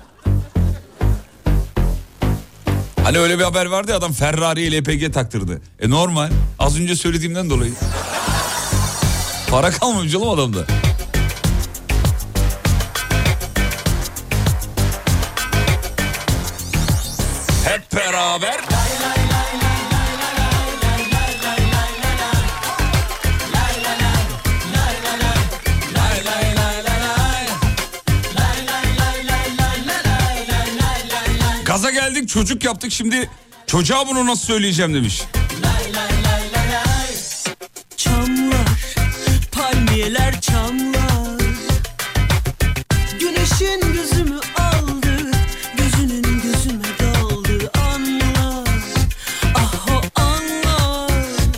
Hani öyle bir haber vardı ya, adam Ferrari'ye L P G taktırdı. E normal, az önce söylediğimden dolayı. Para kalmamış oğlum adamda. Hep beraber. Gaza geldik, çocuk yaptık, şimdi çocuğa bunu nasıl söyleyeceğim demiş. Çamlar, palmiyeler çamlar. Güneşin gözümü aldı, gözünün gözüme daldı. Anlar, ah o anlar.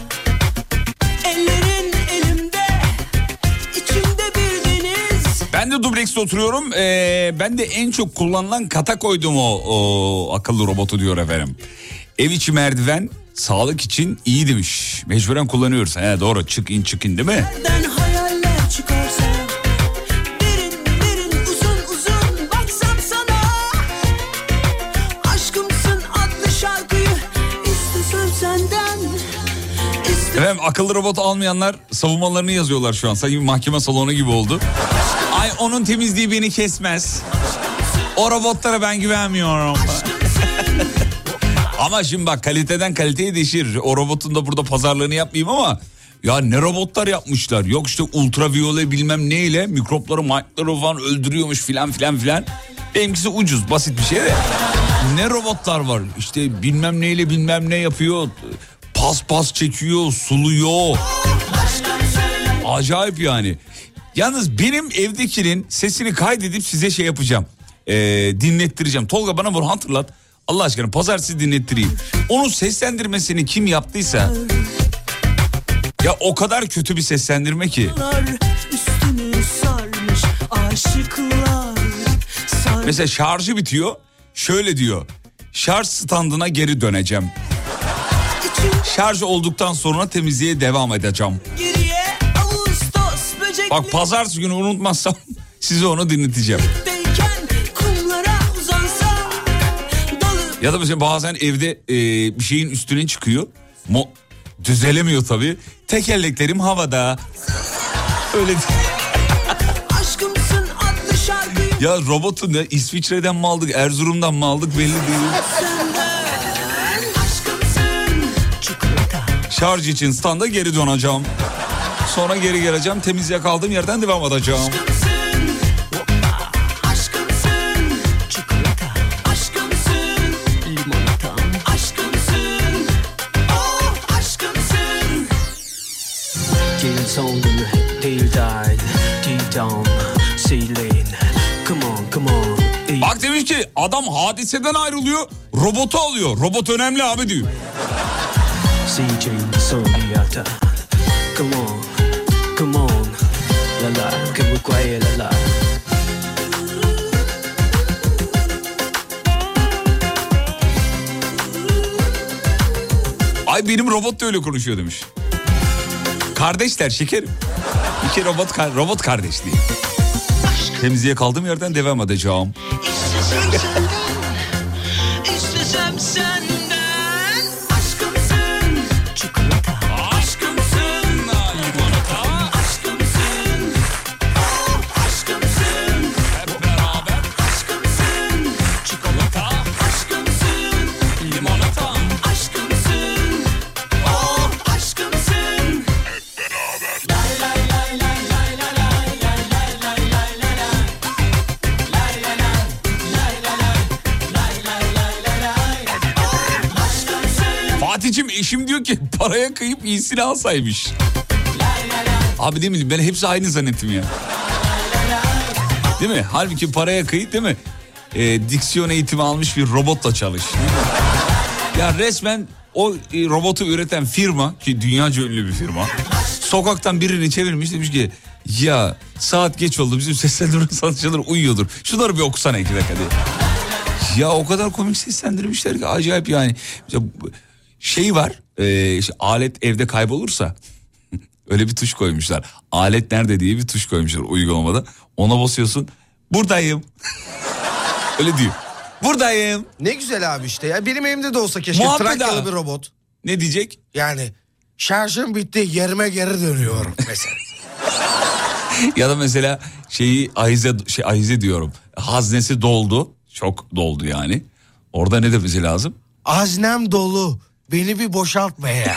Ellerin elimde, içimde bir deniz. Ben de dublekste oturuyorum. Ee, ben de en çok kullanılan kata koydum o, o akıllı robotu diyor efendim. Ev içi merdiven sağlık için iyi demiş. Mecburen kullanıyoruz. He, doğru, çık in çık in değil mi? Nereden hayaller çıkarsa, derin derin uzun uzun baksam sana. Aşkımsın adlı şarkıyı istesem senden. İste- Efendim akıllı robot almayanlar savunmalarını yazıyorlar şu an. Sanki bir mahkeme salonu gibi oldu. Ay onun temizliği beni kesmez. O robotlara ben güvenmiyorum. Ama şimdi bak, kaliteden kaliteye değişir. O robotun da burada pazarlığını yapmayayım ama ya ne robotlar yapmışlar. Yok işte ultraviyole bilmem neyle mikropları, micropları falan öldürüyormuş filan filan filan. Benimkisi ucuz, basit bir şey de. Ne robotlar var işte, bilmem neyle bilmem ne yapıyor. Pas pas çekiyor, suluyor. Acayip yani. Yalnız benim evdekinin sesini kaydedip size şey yapacağım. Ee, dinlettireceğim. Tolga bana bunu hatırlat. Allah aşkına pazartesi dinlettireyim. Onun seslendirmesini kim yaptıysa, ya o kadar kötü bir seslendirme ki. Üstünü sarmış aşıklar. Sar- Mesela şarjı bitiyor. Şöyle diyor. Şarj standına geri döneceğim. İçim Şarj olduktan sonra temizliğe devam edeceğim. geriye Ağustos Bak pazartesi günü unutmazsam size onu dinleteceğim. Ya da mesela bazen evde e, bir şeyin üstüne çıkıyor. Mo düzelemiyor tabii. Tekerleklerim havada. Öyle ya robotu ne İsviçre'den mi aldık, Erzurum'dan mı aldık belli değil. Şarj için standa geri döneceğim. Sonra geri geleceğim, temizliğe kaldığım yerden devam edeceğim. Bak demiş ki adam hadiseden ayrılıyor, robotu alıyor. Robot önemli abi diyor. Ay benim robot da öyle konuşuyor demiş. Kardeşler şekerim. İki robot robot kardeşliği. Temizliğe kaldığım yerden devam edeceğim. İstesem senden, istesem senden. Aşkımsın, çikolata. Aşkımsın, limonata. Aşkımsın, oh aşkımsın. Hep beraber. Aşkımsın, çikolata. Aşkımsın, limonata. Aşkımsın, oh aşkımsın. Hep beraber. Lay lay lay lay lay lay lay lay lay lay lay lay. Fatih'cim eşim diyor ki paraya kıyıp iyisini alsaymış. Abi değil mi? Ben hepsi aynı zannettim ya. Değil mi? Halbuki paraya kıyıp değil mi? E, diksiyon eğitimi almış bir robotla çalış. Ya resmen o e, robotu üreten firma ki dünyaca ünlü bir firma. Sokaktan birini çevirmiş demiş ki ya saat geç oldu bizim seslendirme sanatçılar uyuyordur. Şunları bir okusana iki dakika diye. Ya o kadar komik seslendirmişler ki acayip yani. Şey var e, işte alet evde kaybolursa öyle bir tuş koymuşlar. Alet nerede diye bir tuş koymuşlar uygulamada. Ona basıyorsun buradayım. Öyle diyor. Buradayım. Ne güzel abi işte ya. Benim evimde de olsa keşke Muhabbet Trakyalı abi. bir robot. Ne diyecek? Yani şarjım bitti yerime geri dönüyorum mesela. Ya da mesela şeyi ahize, şey, ahize diyorum. Haznesi doldu. Çok doldu yani. Orada ne demesi lazım? Haznem dolu. Beni bir boşaltma ya.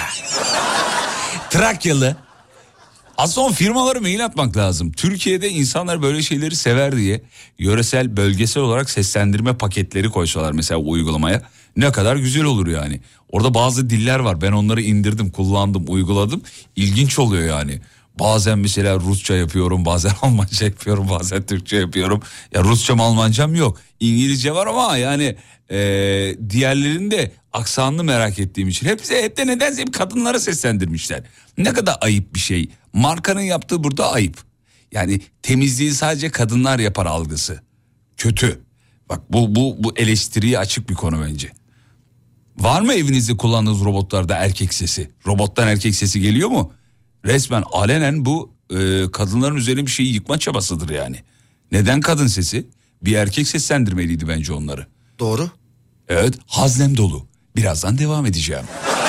Trakyalı. Aslında o firmalara mail atmak lazım. Türkiye'de insanlar böyle şeyleri sever diye yöresel, bölgesel olarak seslendirme paketleri koysalar mesela uygulamaya. Ne kadar güzel olur yani. Orada bazı diller var. Ben onları indirdim, kullandım, uyguladım. İlginç oluyor yani. Bazen mesela Rusça yapıyorum, bazen Almanca yapıyorum, bazen Türkçe yapıyorum. Ya Rusçam, Almancam yok. İngilizce var ama yani e, diğerlerinde aksanını merak ettiğim için. Hepsi hep de nedense hep kadınlara seslendirmişler. Ne kadar ayıp bir şey. Markanın yaptığı burada ayıp. Yani temizliği sadece kadınlar yapar algısı. Kötü. Bak bu bu bu eleştiriye açık bir konu bence. Var mı evinizde kullandığınız robotlarda erkek sesi? Robottan erkek sesi geliyor mu? Resmen alenen bu e, kadınların üzerine bir şeyi yıkma çabasıdır yani. Neden kadın sesi? Bir erkek seslendirmeliydi bence onları. Doğru. Evet, haznem dolu. Birazdan devam edeceğim.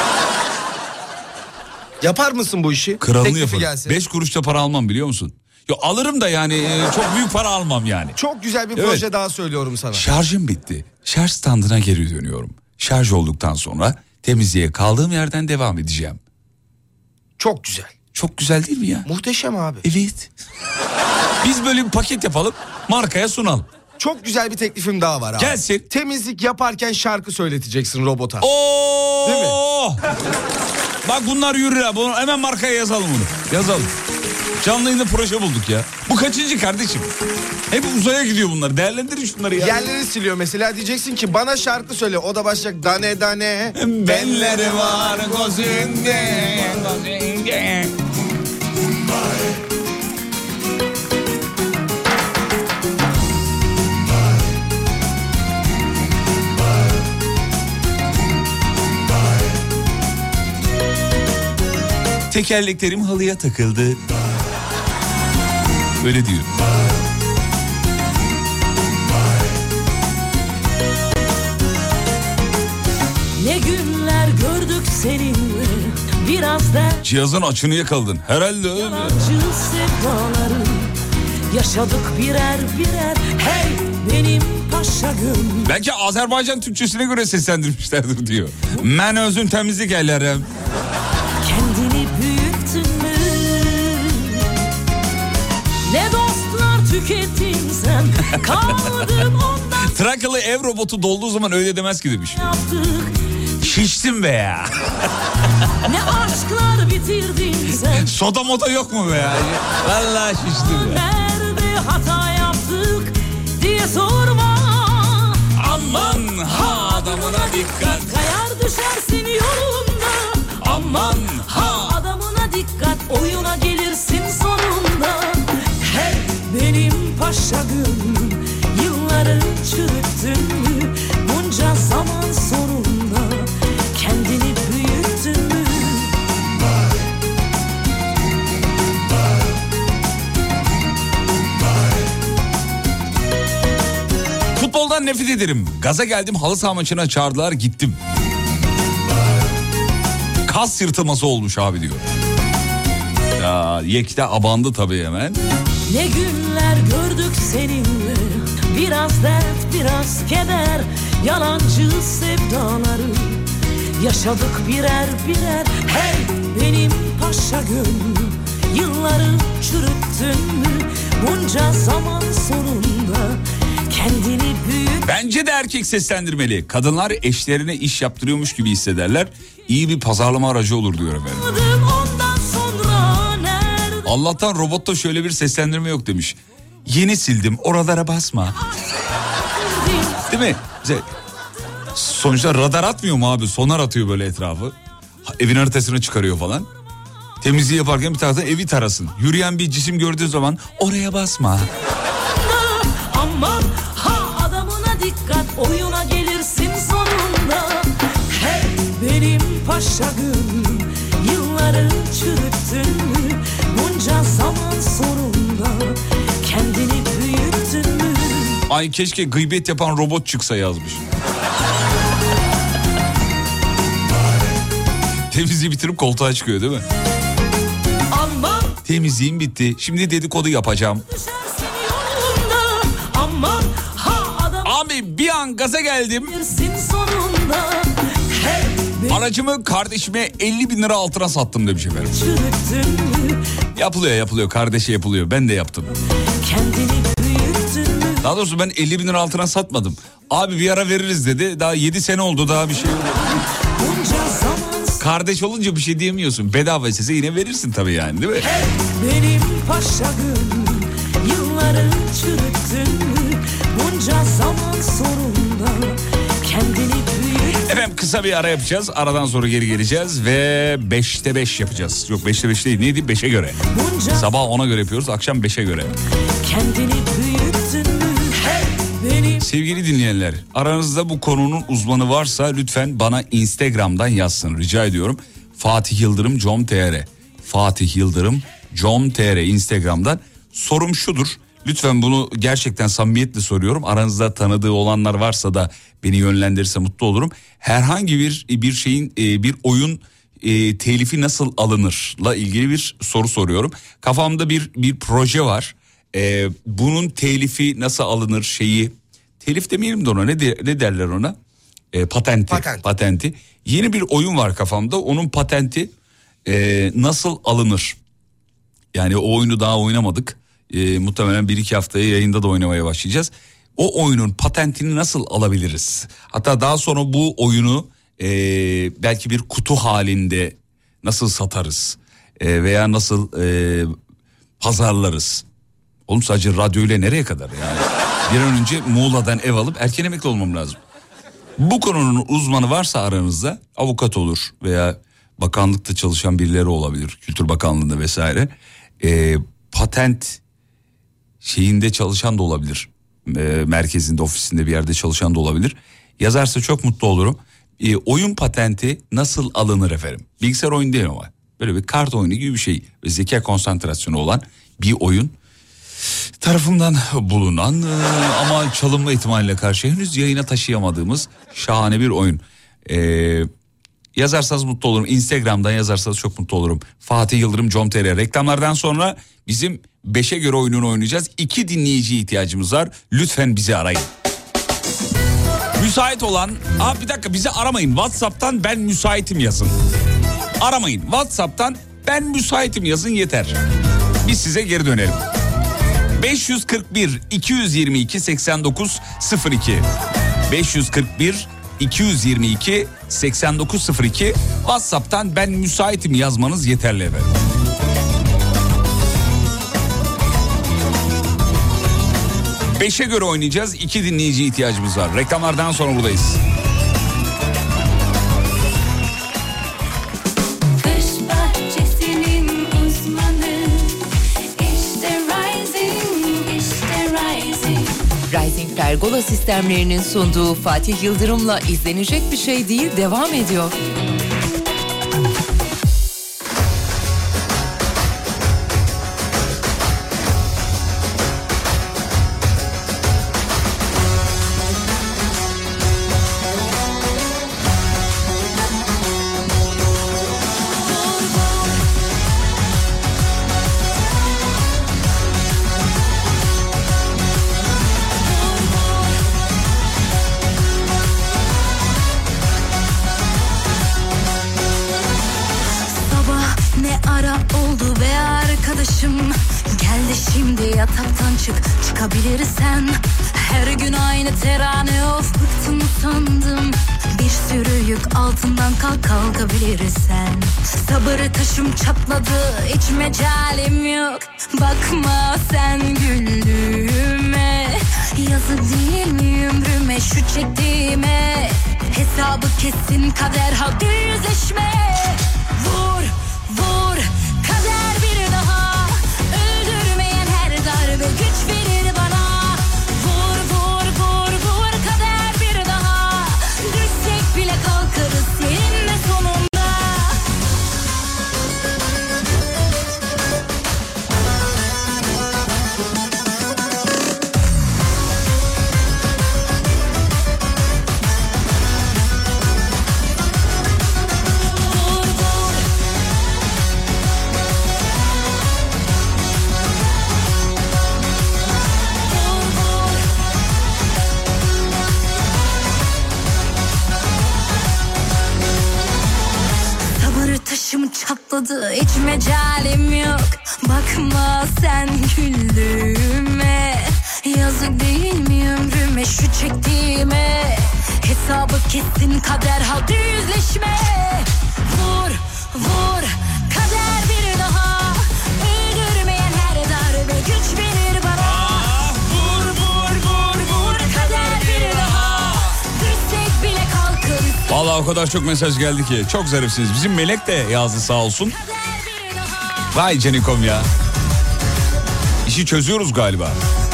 Yapar mısın bu işi? Kralını Teklifi yaparım. gelsin. Beş kuruşta para almam biliyor musun? Yo, alırım da yani e, çok büyük para almam yani. Çok güzel bir Evet. proje daha söylüyorum sana. Şarjım bitti. Şarj standına geri dönüyorum. Şarj olduktan sonra temizliğe kaldığım yerden devam edeceğim. Çok güzel. Çok güzel değil mi ya? Muhteşem abi. Evet. Biz böyle bir paket yapalım, markaya sunalım. Çok güzel bir teklifim daha var abi. Gelsin. Temizlik yaparken şarkı söyleteceksin robota. Oo! Değil mi? Bak bunlar yürür ha. Bunu hemen markaya yazalım bunu. Yazalım. Canlı yayında proje bulduk ya. Bu kaçıncı kardeşim? Hep uzaya gidiyor bunlar. Değerlendirin şunları ya. Yerleri siliyor mesela, diyeceksin ki bana şarkı söyle. O da başlayacak dane dane. Belleri var gözünde. gözünde. Tekerleklerim halıya takıldı. Öyle diyor. Ne günler gördük seninle, biraz da Cihazın açını yakaladın. Herhalde öyle. yalancı sevdaları yaşadık birer birer. Hey benim paşa gönlüm. Belki Azerbaycan Türkçesine göre seslendirmişlerdir diyor. Men özün temizlik ellerim. Kendini büyüttün mü? Ne dostlar tükettin sen. Kaldım ondan Trakyalı ev robotu dolduğu zaman öyle demez ki demiş. yaptık. Şiştim be ya. Ne aşklar bitirdin sen. Soda moda yok mu be ya? Vallahi şiştim ya. Nerede hata yaptık diye sorma. Aman ha adamına dikkat. Kayar düşersin yolunda. Aman ha. Adamına dikkat, oyuna gelirsin sonunda. Hey benim paşa gönlüm, yılları çürüttün mü? Bunca zaman sonunda kendini büyüttün mü? Futboldan nefret ederim. Gaza geldim, halı saha maçına çağırdılar, gittim. Kas yırtılması olmuş abi diyor. Ya Yekta abandı tabii hemen. Ne günler gördük seninle, biraz dert biraz keder, yalancı sevdaları yaşadık birer birer. Hey benim paşa gönlüm, yılları çürüttün mü? Bunca zaman sonunda kendini büyüt. Bence de erkek seslendirmeli. Kadınlar eşlerine iş yaptırıyormuş gibi hissederler. İyi bir pazarlama aracı olur diyor efendim. Ondan sonra nerede? Allah'tan robotta şöyle bir seslendirme yok demiş. Yeni sildim, oralara basma. Değil mi? Bize- Sonuçta radar atmıyor mu abi? Sonar atıyor böyle etrafı. Evin haritasını çıkarıyor falan. Temizliği yaparken bir taraftan evi tarasın. Yürüyen bir cisim gördüğü zaman oraya basma. Aman ha adamına dikkat, oyuna gelirsin sonunda. Hey benim paşa gönlüm, yılları çürüttün mü? Bunca zaman sonunda kendini büyüttün mü? Ay keşke gıybet yapan robot çıksa yazmış. Temizliği bitirip koltuğa çıkıyor değil mi? Aman Temizliğim bitti. Şimdi dedikodu yapacağım. düşersin yolunda. Aman ha adamına Abi bir an gaza geldim. gelirsin sonunda. Hey beni Aracımı kardeşime elli bin lira altına sattım demiş efendim. çürüttün mü? Yapılıyor yapılıyor kardeşe yapılıyor. Ben de yaptım. Kendini büyüttün mü? Daha doğrusu ben elli bin lira altına satmadım. Abi bir ara veririz dedi. Daha yedi sene oldu, daha bir şey yok. Bunca zaman Kardeş olunca bir şey diyemiyorsun. Bedava istese yine verirsin tabii yani, değil mi? benim paşa gönlüm, yılları çürüttün mü? Bunca zaman sonunda kendini büyüt. Efendim kısa bir ara yapacağız. Aradan sonra geri geleceğiz ve beşte beş yapacağız. Yok beşte beş değil, neydi? beşe göre. Bunca Sabah ona göre yapıyoruz, akşam beşe göre. kendini büyüttün mü? Hey benim Sevgili dinleyenler, aranızda bu konunun uzmanı varsa lütfen bana Instagram'dan yazsın, rica ediyorum. Fatih Yıldırım com nokta tr Fatih Yıldırım com nokta tr Instagram'dan. Sorum şudur, lütfen bunu gerçekten samimiyetle soruyorum. Aranızda tanıdığı olanlar varsa da beni yönlendirirse mutlu olurum. Herhangi bir bir şeyin bir oyun e, telifi nasıl alınırla ilgili bir soru soruyorum. Kafamda bir bir proje var. E, bunun telifi nasıl alınır şeyi, telif demeyelim de ona, ne, de, ne derler ona? E, patenti. Patent. Patenti. Yeni bir oyun var kafamda, onun patenti e, nasıl alınır? Yani o oyunu daha oynamadık. E, muhtemelen bir iki haftaya yayında da oynamaya başlayacağız. O oyunun patentini nasıl alabiliriz? Hatta daha sonra bu oyunu e, belki bir kutu halinde nasıl satarız? E, veya nasıl e, pazarlarız? Oğlum sadece radyoyla nereye kadar yani? Bir an önce Muğla'dan ev alıp erken emekli olmam lazım. Bu konunun uzmanı varsa aranızda, avukat olur veya bakanlıkta çalışan birileri olabilir. Kültür Bakanlığı'nda vesaire. E, patent şeyinde çalışan da olabilir. E, merkezinde, ofisinde bir yerde çalışan da olabilir. Yazarsa çok mutlu olurum. E, oyun patenti nasıl alınır efendim? Bilgisayar oyunu değil ama. Böyle bir kart oyunu gibi bir şey. Ve zeka konsantrasyonu olan bir oyun. tarafından bulunan e, ama çalınma ihtimaliyle karşı henüz yayına taşıyamadığımız şahane bir oyun. Ee, yazarsanız mutlu olurum. Instagram'dan yazarsanız çok mutlu olurum. Fatih Yıldırım com nokta tr. Reklamlardan sonra bizim beşe göre oyununu oynayacağız. İki dinleyici ihtiyacımız var. Lütfen bizi arayın. Müsait olan... Aa, bir dakika, bizi aramayın. WhatsApp'tan ben müsaitim yazın. Aramayın. WhatsApp'tan ben müsaitim yazın yeter. Biz size geri dönelim. beş yüz kırk bir iki yüz yirmi iki seksen dokuz sıfır iki beş yüz kırk bir iki yüz yirmi iki seksen dokuz sıfır iki WhatsApp'tan ben müsaitim yazmanız yeterli efendim. Beşe göre oynayacağız. İki dinleyici ihtiyacımız var. Reklamlardan sonra buradayız. Rising Pergola sistemlerinin sunduğu Fatih Yıldırım'la izlenecek bir şey değil devam ediyor. Yataktan çık, çıkabilirsen. Her gün aynı terane, of bıktım sandım. Bir sürü yük altından kalk, kalkabilirsen. Sabır taşım çatladı, hiç mecalim yok. Bakma sen güldüğüme. Yazık değil mi ömrüme, şu çektiğime. Hesabı kesin kader, hadi yüzleşme. Vur, vur, kader bir daha. Ve güç verir bana. Vur vur vur vur kader bir daha. Düşsek bile kalkarız seninle sonunda. Taşım çatladı, hiç mecalim yok. Bakma sen güldüğüme. Yazık değil mi ömrüme, şu çektiğime. Hesabı kesin kader, hadi yüzleşme. Vur, vur, kader bir daha. Öldürmeyen her darbe güç verir bana. Vur, vur, vur, vur, kader bir daha. Düşsek bile kalkarız. Vallahi o kadar çok mesaj geldi ki. Çok zarifsiniz. Bizim Melek de yazdı sağ olsun. Vay Canikom ya. İşi çözüyoruz galiba.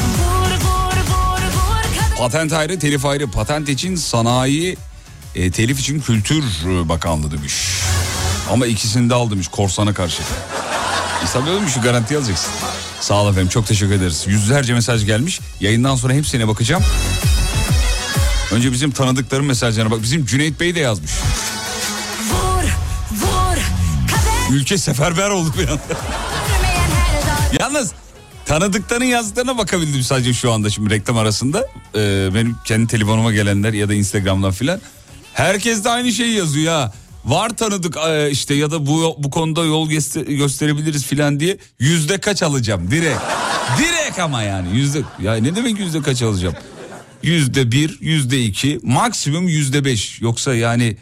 Patent ayrı, telif ayrı. Patent için sanayi, e, telif için Kültür Bakanlığı demiş. Ama ikisini de al demiş korsana karşı. İşte böyle şu garanti alacaksın. Sağ olun efendim, çok teşekkür ederiz. Yüzlerce mesaj gelmiş. Yayından sonra hepsine bakacağım. Önce bizim tanıdıkların mesajlarına bak. Bizim Cüneyt Bey de yazmış. Vur, vur, kader. Ülke seferber oldu bir anda. Yalnız tanıdıkların yazdıklarına bakabildim sadece şu anda şimdi reklam arasında. Ee, benim kendi telefonuma gelenler ya da Instagram'dan filan. Herkes de aynı şeyi yazıyor ya. Var tanıdık işte ya da bu bu konuda yol göster- gösterebiliriz filan diye. Yüzde kaç alacağım direkt. Direkt ama yani yüzde. Ya ne demek yüzde kaç alacağım? Yüzde bir, yüzde iki, maksimum yüzde beş. Yoksa yani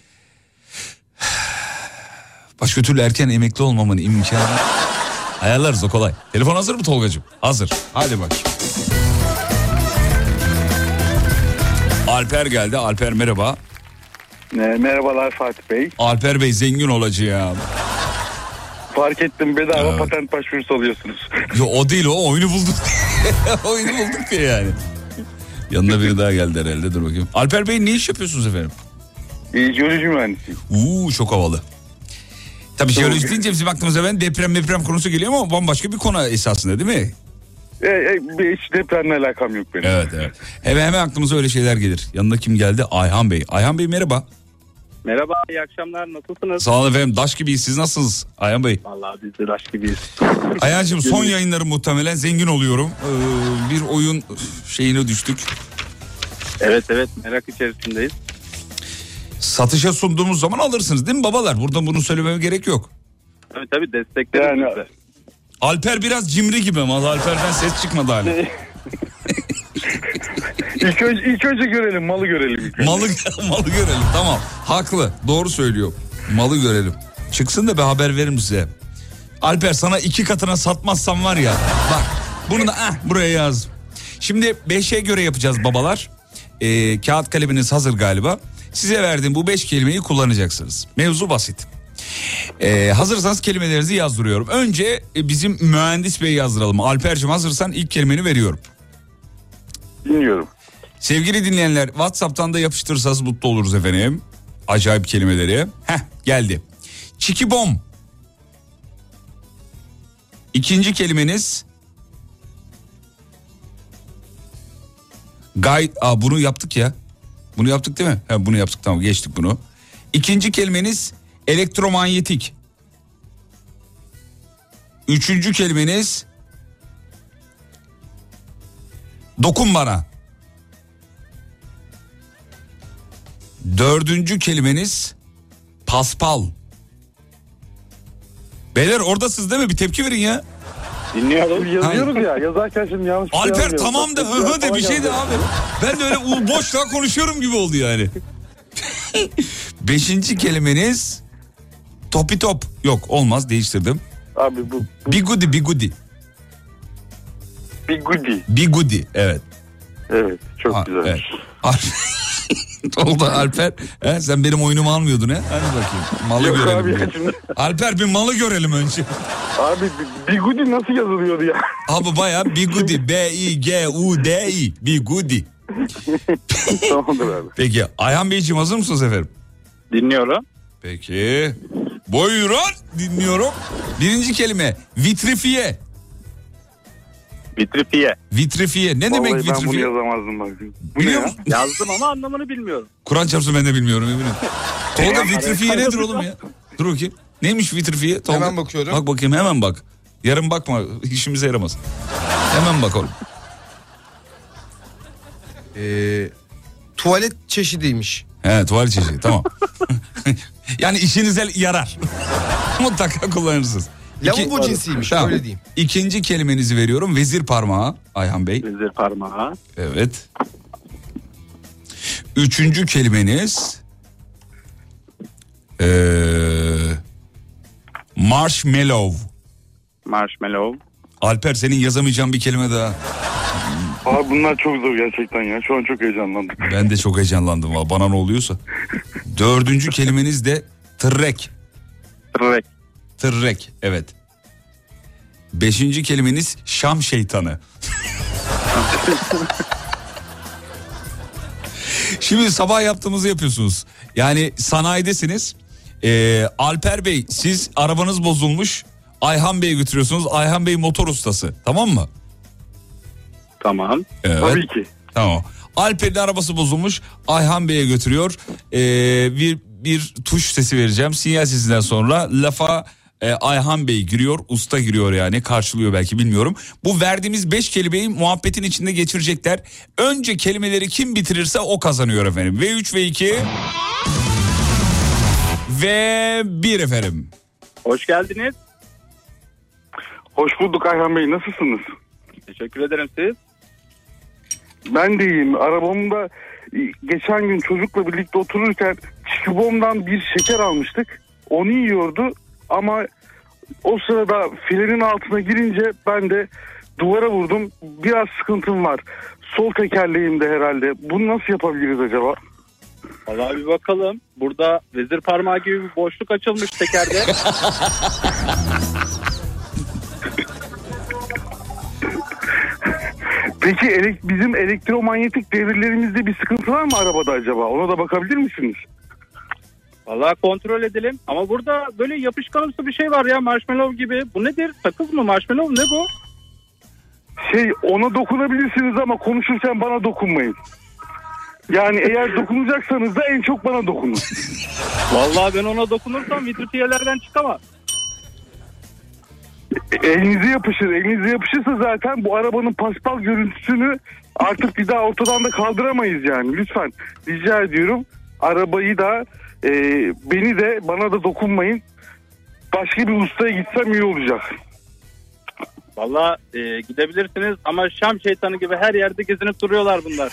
başka türlü erken emekli olmamın imkanı. Ayarlarız, o kolay. Telefon hazır mı Tolgacığım? Hazır. Hadi bakayım. Alper geldi. Alper merhaba. Merhabalar Fatih Bey. Alper Bey zengin olacağım. Fark ettim, bedava Evet. patent başvurusu alıyorsunuz. Yo, o değil, o oyunu bulduk. Oyunu bulduk ya yani. Yanına biri daha geldi herhalde, dur bakayım. Alper Bey ne iş yapıyorsunuz efendim? E, jeoloji mühendisiyim. Uuu çok havalı. Tabii jeoloji deyince bizim aklımıza ben deprem deprem konusu geliyor ama bambaşka bir konu esasında değil mi? E, e, hiç depremle alakam yok benim. Evet evet. Hemen hemen aklımıza öyle şeyler gelir. Yanında kim geldi? Ayhan Bey. Ayhan Bey merhaba. Merhaba, iyi akşamlar. Nasılsınız? Sağ olun efendim. Daş gibiyiz. Siz nasılsınız Ayhan Bey? Vallahi biz de daş gibiyiz. Ayhan'cığım son yayınları muhtemelen zengin oluyorum. Ee, bir oyun şeyine düştük. Evet evet, merak içerisindeyiz. Satışa sunduğumuz zaman alırsınız değil mi babalar? Buradan bunu söylememe gerek yok. Tabii tabii, destekleriz Yani- biz de. Alper biraz cimri gibi ama Alper'den ses çıkmadı hala. ilk, önce, ilk önce görelim, malı görelim. Ilk önce. Malı, malı görelim, tamam. Haklı, doğru söylüyor. Malı görelim. Çıksın da bir haber veririm size. Alper sana iki katına satmazsam var ya. Bak bunu da eh, buraya yaz. Şimdi beşe göre yapacağız babalar. Ee, kağıt kaleminiz hazır galiba. Size verdiğim bu beş kelimeyi kullanacaksınız. Mevzu basit. Ee, hazırsanız kelimelerinizi yazdırıyorum. Önce e, bizim mühendis bey yazdıralım. Alper'cim hazırsan ilk kelimeni veriyorum. Dinliyorum. Sevgili dinleyenler, WhatsApp'tan da yapıştırırsanız mutlu oluruz efendim. Acayip kelimeleri. Heh, geldi. Çikibom. İkinci kelimeniz gayet. Aa, bunu yaptık ya. Bunu yaptık değil mi? Ha, bunu yaptık, tamam, geçtik bunu. İkinci kelimeniz elektromanyetik. Üçüncü kelimeniz dokun bana. Dördüncü kelimeniz paspal. Beyler oradasınız değil mi? Bir tepki verin ya. Dinliyorum. Yazıyoruz ya, yazarken şimdi yanlış bir şey Alper yazmıyoruz. tamam de hı hı de bir şey de abi. Ben de öyle u- boşluğa konuşuyorum gibi oldu yani. Beşinci kelimeniz topi top. Yok, olmaz, değiştirdim. Abi bu, bu Bigudi bigudi. bir goodie. Bigudi, evet. Evet, çok Ha, güzel. evet. Oldu Alper. He, sen benim oyunumu almıyordun he. Hadi bakayım. Malı Yok görelim. abi bir. ya şimdi. Alper bir malı görelim önce. Abi bir goodie nasıl yazılıyordu ya? Abi bayağı bigudi. B I G U D I. Bigudi. Tamamdır abi. Peki Ayhan Beyciğim hazır mısınız efendim? Dinliyorum. Peki. Buyurun dinliyorum. Birinci kelime vitrifiye. Vitrifiye. Vitrifiye. Ne demek Vallahi ben bunu vitrifiye? yazamazdım bak. Bu Biliyor ne ya? musun? Yazdım ama anlamını bilmiyorum. Kur'an çarpsın ben de bilmiyorum eminim. Tolga vitrifiye nedir oğlum ya? Dur bakayım. Neymiş vitrifiye? Tolga. Hemen bakıyorum. Bak bakayım, hemen bak. Yarın bakma, işimize yaramaz. Hemen bak oğlum. Ee, tuvalet çeşidiymiş. He, tuvalet çeşidi, tamam. Yani işinize yarar. Mutlaka kullanırsınız. İki- Lavabo cinsiymiş, Tamam. öyle diyeyim. İkinci kelimenizi veriyorum. Vezir parmağı Ayhan Bey. Vezir parmağı. Evet. Üçüncü kelimeniz ee, marshmallow. Marshmallow. Alper senin yazamayacağın bir kelime daha. Abi bunlar çok zor gerçekten ya. Şu an çok heyecanlandım. Ben de çok heyecanlandım valla, bana ne oluyorsa. Dördüncü kelimeniz de tırrek. Tırrek. Tırrek, evet. Beşinci kelimeniz Şam şeytanı. Şimdi sabah yaptığımızı yapıyorsunuz. Yani sanayidesiniz. Ee, Alper Bey siz arabanız bozulmuş. Ayhan Bey'e götürüyorsunuz. Ayhan Bey motor ustası, tamam mı? Tamam. Evet. Tabii ki. Tamam. Alper'in arabası bozulmuş. Ayhan Bey'e götürüyor. Ee, bir bir tuş sesi vereceğim. Sinyal sesinden sonra lafa e, Ayhan Bey giriyor. Usta giriyor yani. Karşılıyor belki, bilmiyorum. Bu verdiğimiz beş kelimeyi muhabbetin içinde geçirecekler. Önce kelimeleri kim bitirirse o kazanıyor efendim. V üç, V iki ve bir efendim. Hoş geldiniz. Hoş bulduk Ayhan Bey. Nasılsınız? Teşekkür ederim siz. Ben de iyiyim. Arabamda e, geçen gün çocukla birlikte otururken çikibomdan bir şeker almıştık. Onu yiyordu ama o sırada frenin altına girince ben de duvara vurdum. Biraz sıkıntım var. Sol tekerleğimde herhalde. Bunu nasıl yapabiliriz acaba? Vallahi bir bakalım. Burada vezir parmağı gibi bir boşluk açılmış tekerde. Peki elek- bizim elektromanyetik devirlerimizde bir sıkıntı var mı arabada acaba? Ona da bakabilir misiniz? Vallahi kontrol edelim. Ama burada böyle yapışkanımsı bir şey var ya, marshmallow gibi. Bu nedir? Sakız mı? Marshmallow ne bu? şey ona dokunabilirsiniz ama konuşurken bana dokunmayın. Yani eğer dokunacaksanız da en çok bana dokunun. Vallahi ben ona dokunursam vitrifiyelerden çıkamam. E, elinize yapışır. Elinize yapışırsa zaten bu arabanın paspal görüntüsünü artık bir daha ortadan da kaldıramayız yani. Lütfen rica ediyorum. Arabayı da e, beni de bana da dokunmayın. Başka bir ustaya gitsem iyi olacak. Vallahi e, gidebilirsiniz ama Şam şeytanı gibi her yerde gezinip duruyorlar bunlar.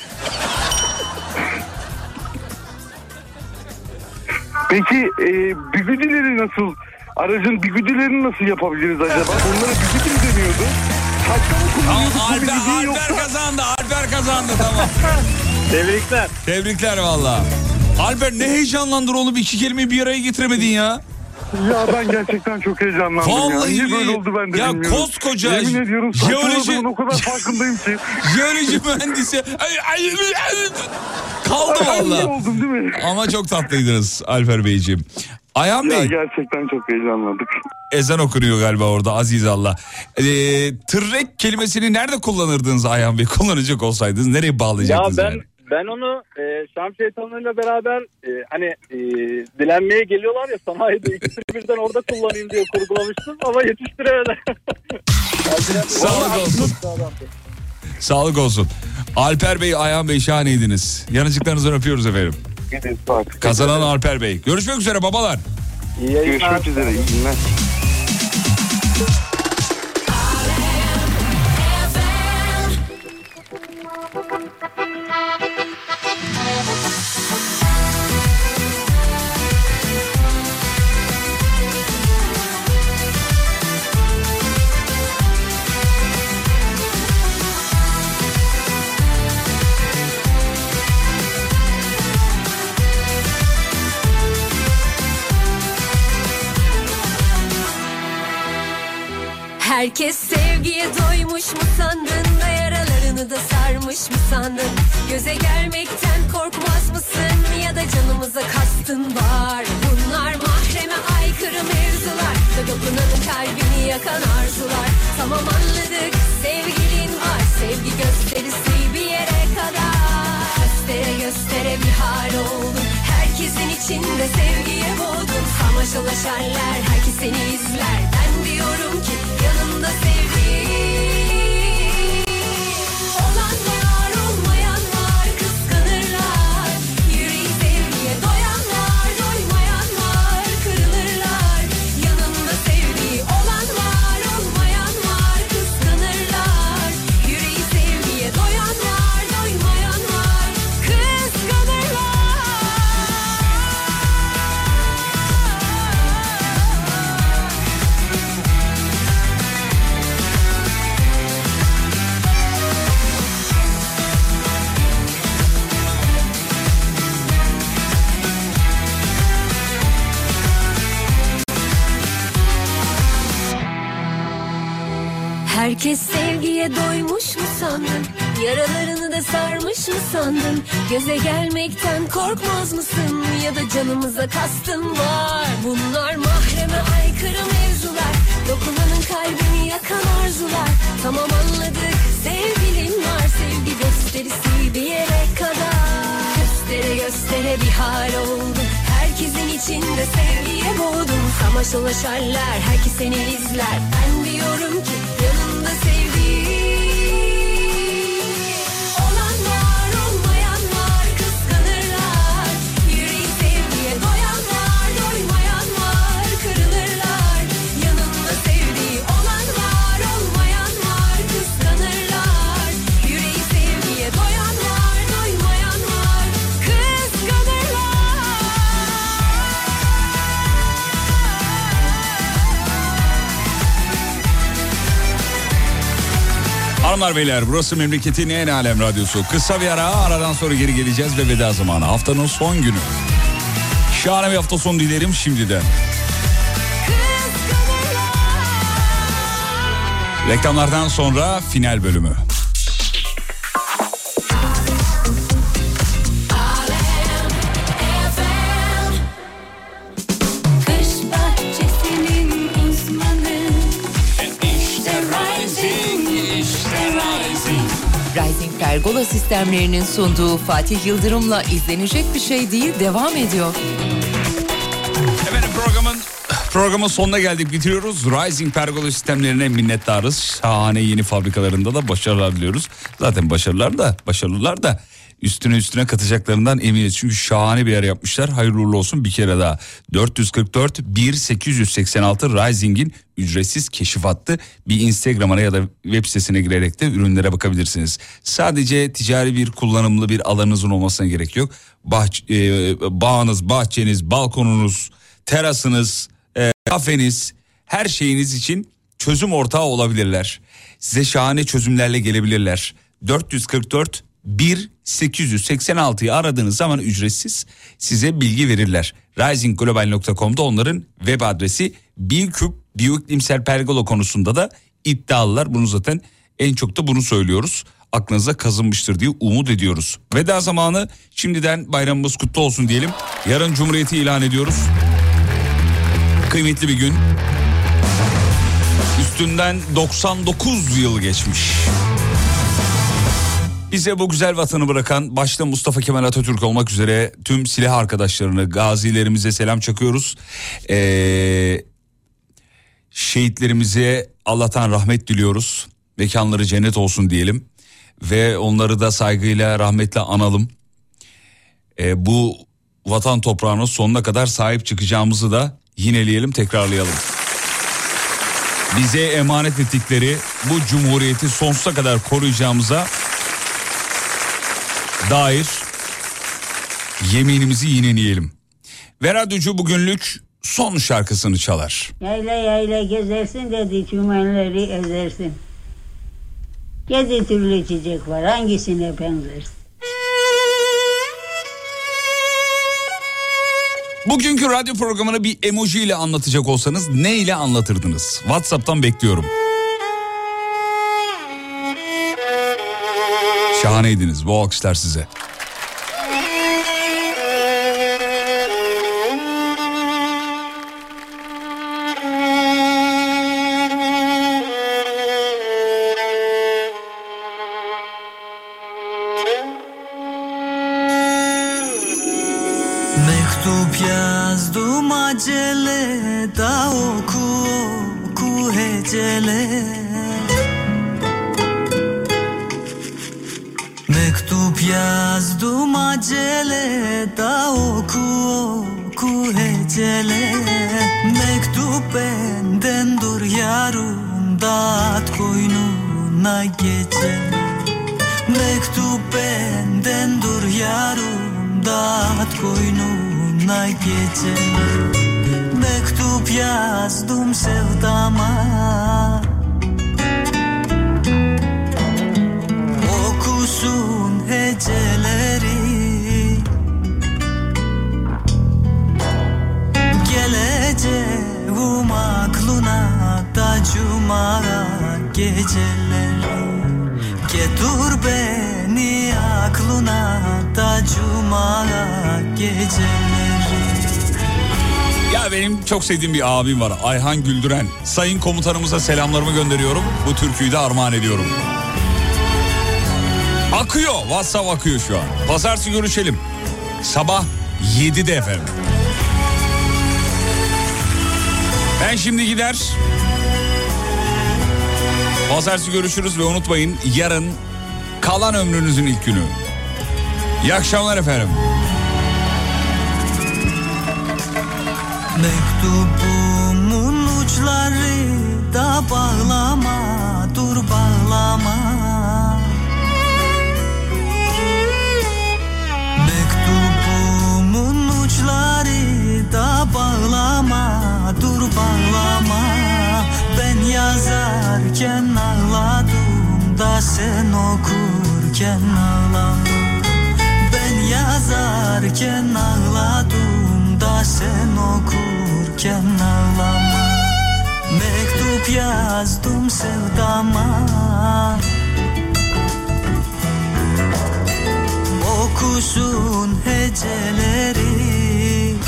Peki e, bigüdileri nasıl, aracın bigüdilerini nasıl yapabiliriz acaba? Bunlara bigüdi mi deniyordu? Hatta mı kullanıyorduk bu Alper, bigüdiyi Alper yoksa? kazandı. Alper kazandı tamam. Tebrikler. Tebrikler valla. Alper ne heyecanlandır oğlum, iki kelimeyi bir araya getiremedin ya. Ya ben gerçekten çok heyecanlandım Vallahi ya. Niye böyle oldu ben de ya bilmiyorum. koskoca Yemin ediyorum jeoloji- saçmaladığımın o kadar farkındayım ki. Jeoloji mühendisi. Ay, ay, ay, kaldı Ay, valla. ne oldum değil mi? Ama çok tatlıydınız Alper Beyciğim. Ayhan Ya Bey, gerçekten çok heyecanlandık. ezan okunuyor galiba orada aziz Allah. Ee, tırrek kelimesini nerede kullanırdınız Ayhan Bey? Kullanacak olsaydınız nereye Ya bağlayacaktınız ben yani? ben onu e, Şam şeytanıyla beraber e, hani e, dilenmeye geliyorlar ya sanayide ikisini birden orada kullanayım diye kurgulamıştım ama yetiştiremedim. Sağlık olsun. Sağlık olsun. Alper Bey, Ayhan Bey şahaneydiniz. Yanıcıklarınızdan öpüyoruz efendim. Kazanan Alper Bey. Görüşmek üzere babalar. İyi yayınlar. Görüşmek üzere. İyi günler. Herkes sevgiye doymuş mu sandın da yaralarını da sarmış mı sandın? Göze gelmekten korkmaz mısın ya da canımıza kastın var? Bunlar mahreme aykırı mevzular ve dokunanın kalbini yakan arzular. Tamam anladık sevgilin var, sevgi gösterisi bir yere kadar. Göstere göstere bir hal oldun, herkesin içinde sevgiye boğdun. Samaşalaşarlar, herkes seni izler, ben diyorum ki yanında sevdiğim olan var, olmayan var, kıskanırlar. Yüreği sevgiye doyanlar, doymayan var, kırılırlar. Yanında sevdiği olan var, olmayan var, kıskanırlar. Yüreği sevgiye doyan var, doymayan var, kıskanırlar. Herkes sevgiye doymuş mu sandın? Yaralarını da sarmış mı sandın? Göze gelmekten korkmaz mısın? Ya da canımıza kastın var. Bunlar mahreme aykırı mevzular, dokunanın kalbini yakan arzular. Tamam anladık sevgilin var, sevgi gösterisi bir yere kadar. Göstere göstere bir hal oldun, herkesin içinde sevgiye boğdun. Samaşalaşarlar, herkes seni izler, ben diyorum ki yanında sevdiğim olan var, olmayan var, kıskanırlar. Yüreği sevgiye doyan var, doymayan var, kırılırlar. Yanında sevdiği olan var, olmayan var, kıskanırlar. Yüreği sevgiye doyan var, doymayan var, kıskanırlar. Hanımlar beyler, burası memleketin en alem radyosu. Kısa bir ara, aradan sonra geri geleceğiz ve veda zamanı. Haftanın son günü. Şahane bir hafta sonu dilerim şimdiden. Reklamlardan sonra final bölümü. Kış bahçesinin uzmanı, İşte Rising, işte Rising. Rising Pergola sistemlerinin sunduğu Fatih Yıldırım'la izlenecek bir şey değil devam ediyor. Efendim programın programın sonuna geldik, bitiriyoruz. Rising Pergola sistemlerine minnettarız. Şahane yeni fabrikalarında da başarılar diliyoruz. Zaten başarılar da başarılılar da üstüne üstüne katacaklarından eminiz. Çünkü şahane bir yer yapmışlar. Hayırlı uğurlu olsun bir kere daha. dört yüz kırk dört bir sekiz yüz seksen altı Rising'in ücretsiz keşif hattı. Bir Instagram'a ya da web sitesine girerek de ürünlere bakabilirsiniz. Sadece ticari bir kullanımlı bir alanınızın olmasına gerek yok. Bahç, e, bağınız, bahçeniz, balkonunuz, terasınız, e, kafeniz, her şeyiniz için çözüm ortağı olabilirler. Size şahane çözümlerle gelebilirler. dört yüz kırk dört bir sekiz yüz seksen altıyı aradığınız zaman ücretsiz size bilgi verirler. rising global nokta com'da onların web adresi. Bilküp biyoiklimsel pergola konusunda da iddialılar. Bunu zaten en çok da bunu söylüyoruz. Aklınıza kazınmıştır diye umut ediyoruz. Veda zamanı, şimdiden bayramımız kutlu olsun diyelim. Yarın Cumhuriyeti ilan ediyoruz. Kıymetli bir gün. Üstünden doksan dokuz yıl geçmiş. Bize bu güzel vatanı bırakan başta Mustafa Kemal Atatürk olmak üzere tüm silah arkadaşlarını, gazilerimize selam çakıyoruz. Ee, şehitlerimize Allah'tan rahmet diliyoruz. Mekanları cennet olsun diyelim. Ve onları da saygıyla, rahmetle analım. Ee, bu vatan toprağına sonuna kadar sahip çıkacağımızı da yineleyelim, tekrarlayalım. Bize emanet ettikleri bu cumhuriyeti sonsuza kadar koruyacağımıza dair yeminimizi yineleyelim. Ve radyocu bugünlük son şarkısını çalar. Yayla yayla gezersin dedi, çimenleri ezersin. Yedi türlü çiçek var, hangisine benzersin? Bugünkü radyo programını bir emoji ile anlatacak olsanız ne ile anlatırdınız? WhatsApp'tan bekliyorum. Şahaneydiniz, bu alkışlar size. Mektup yazdım acele, da oku oku hecele. Mektup yazdım acele, da oku oku hecele. Mektup benden dur yarım, dağıt koynuna gece. Mektup benden dur yarım, dağıt koynuna gece. Mektup yazdım sevdama, okusun heceleri. Geleceğim aklına da cuma geceleri. Getir beni aklına da cuma geceleri. Ya benim çok sevdiğim bir abim var, Ayhan Güldüren. Sayın komutanımıza selamlarımı gönderiyorum. Bu türküyü de armağan ediyorum. Akıyor, WhatsApp akıyor şu an. Pazartesi görüşelim. Sabah yedide efendim. Ben şimdi gider. Pazartesi görüşürüz ve unutmayın, yarın kalan ömrünüzün ilk günü. İyi akşamlar efendim. Mektubumun uçları da bağlama, dur bağlama. Mektubumun uçları da bağlama, dur bağlama. Ben yazarken ağladım da sen okurken ağlama. Ben yazarken ağladım da sen okurken ağlama. Mektup yazdım sevdama, okusun heceleri.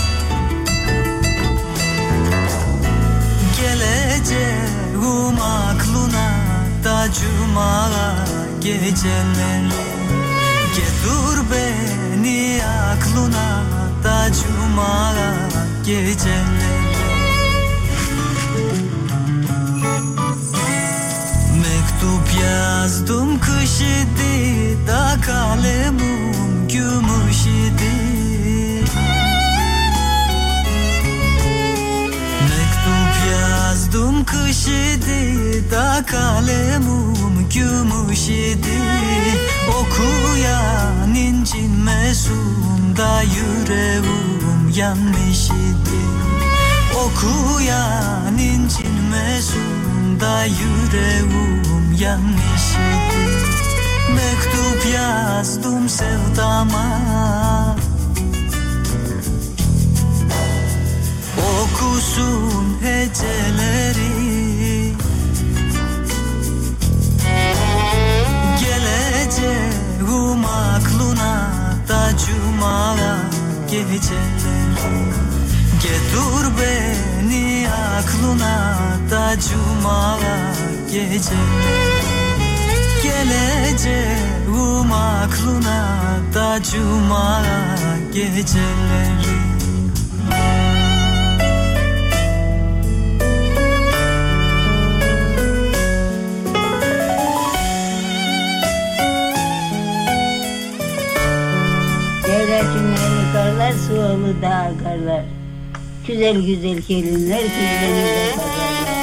Geleceğim aklına da cuma geceleri. Getir beni aklına da cuma geceleri. Mektup yazdım kış idi da kalemim gümüş idi. Mektup yazdım kış idi da kalemim gümüş idi. Okuyan incinmesin da yüreğim yanmış idi. Okuyan incinmesin da yüreğim yanmış idi. Mektup yazdım sevdama, okusun heceleri. Geleceğim aklına da cuma geceleri. Getir beni aklına da cuma geceleri. Geleceğim aklına da cuma geceleri. Devletimleri karlar, Sualı dağ karlar. Güzel güzel gelinler, güzel güzel pazarlar.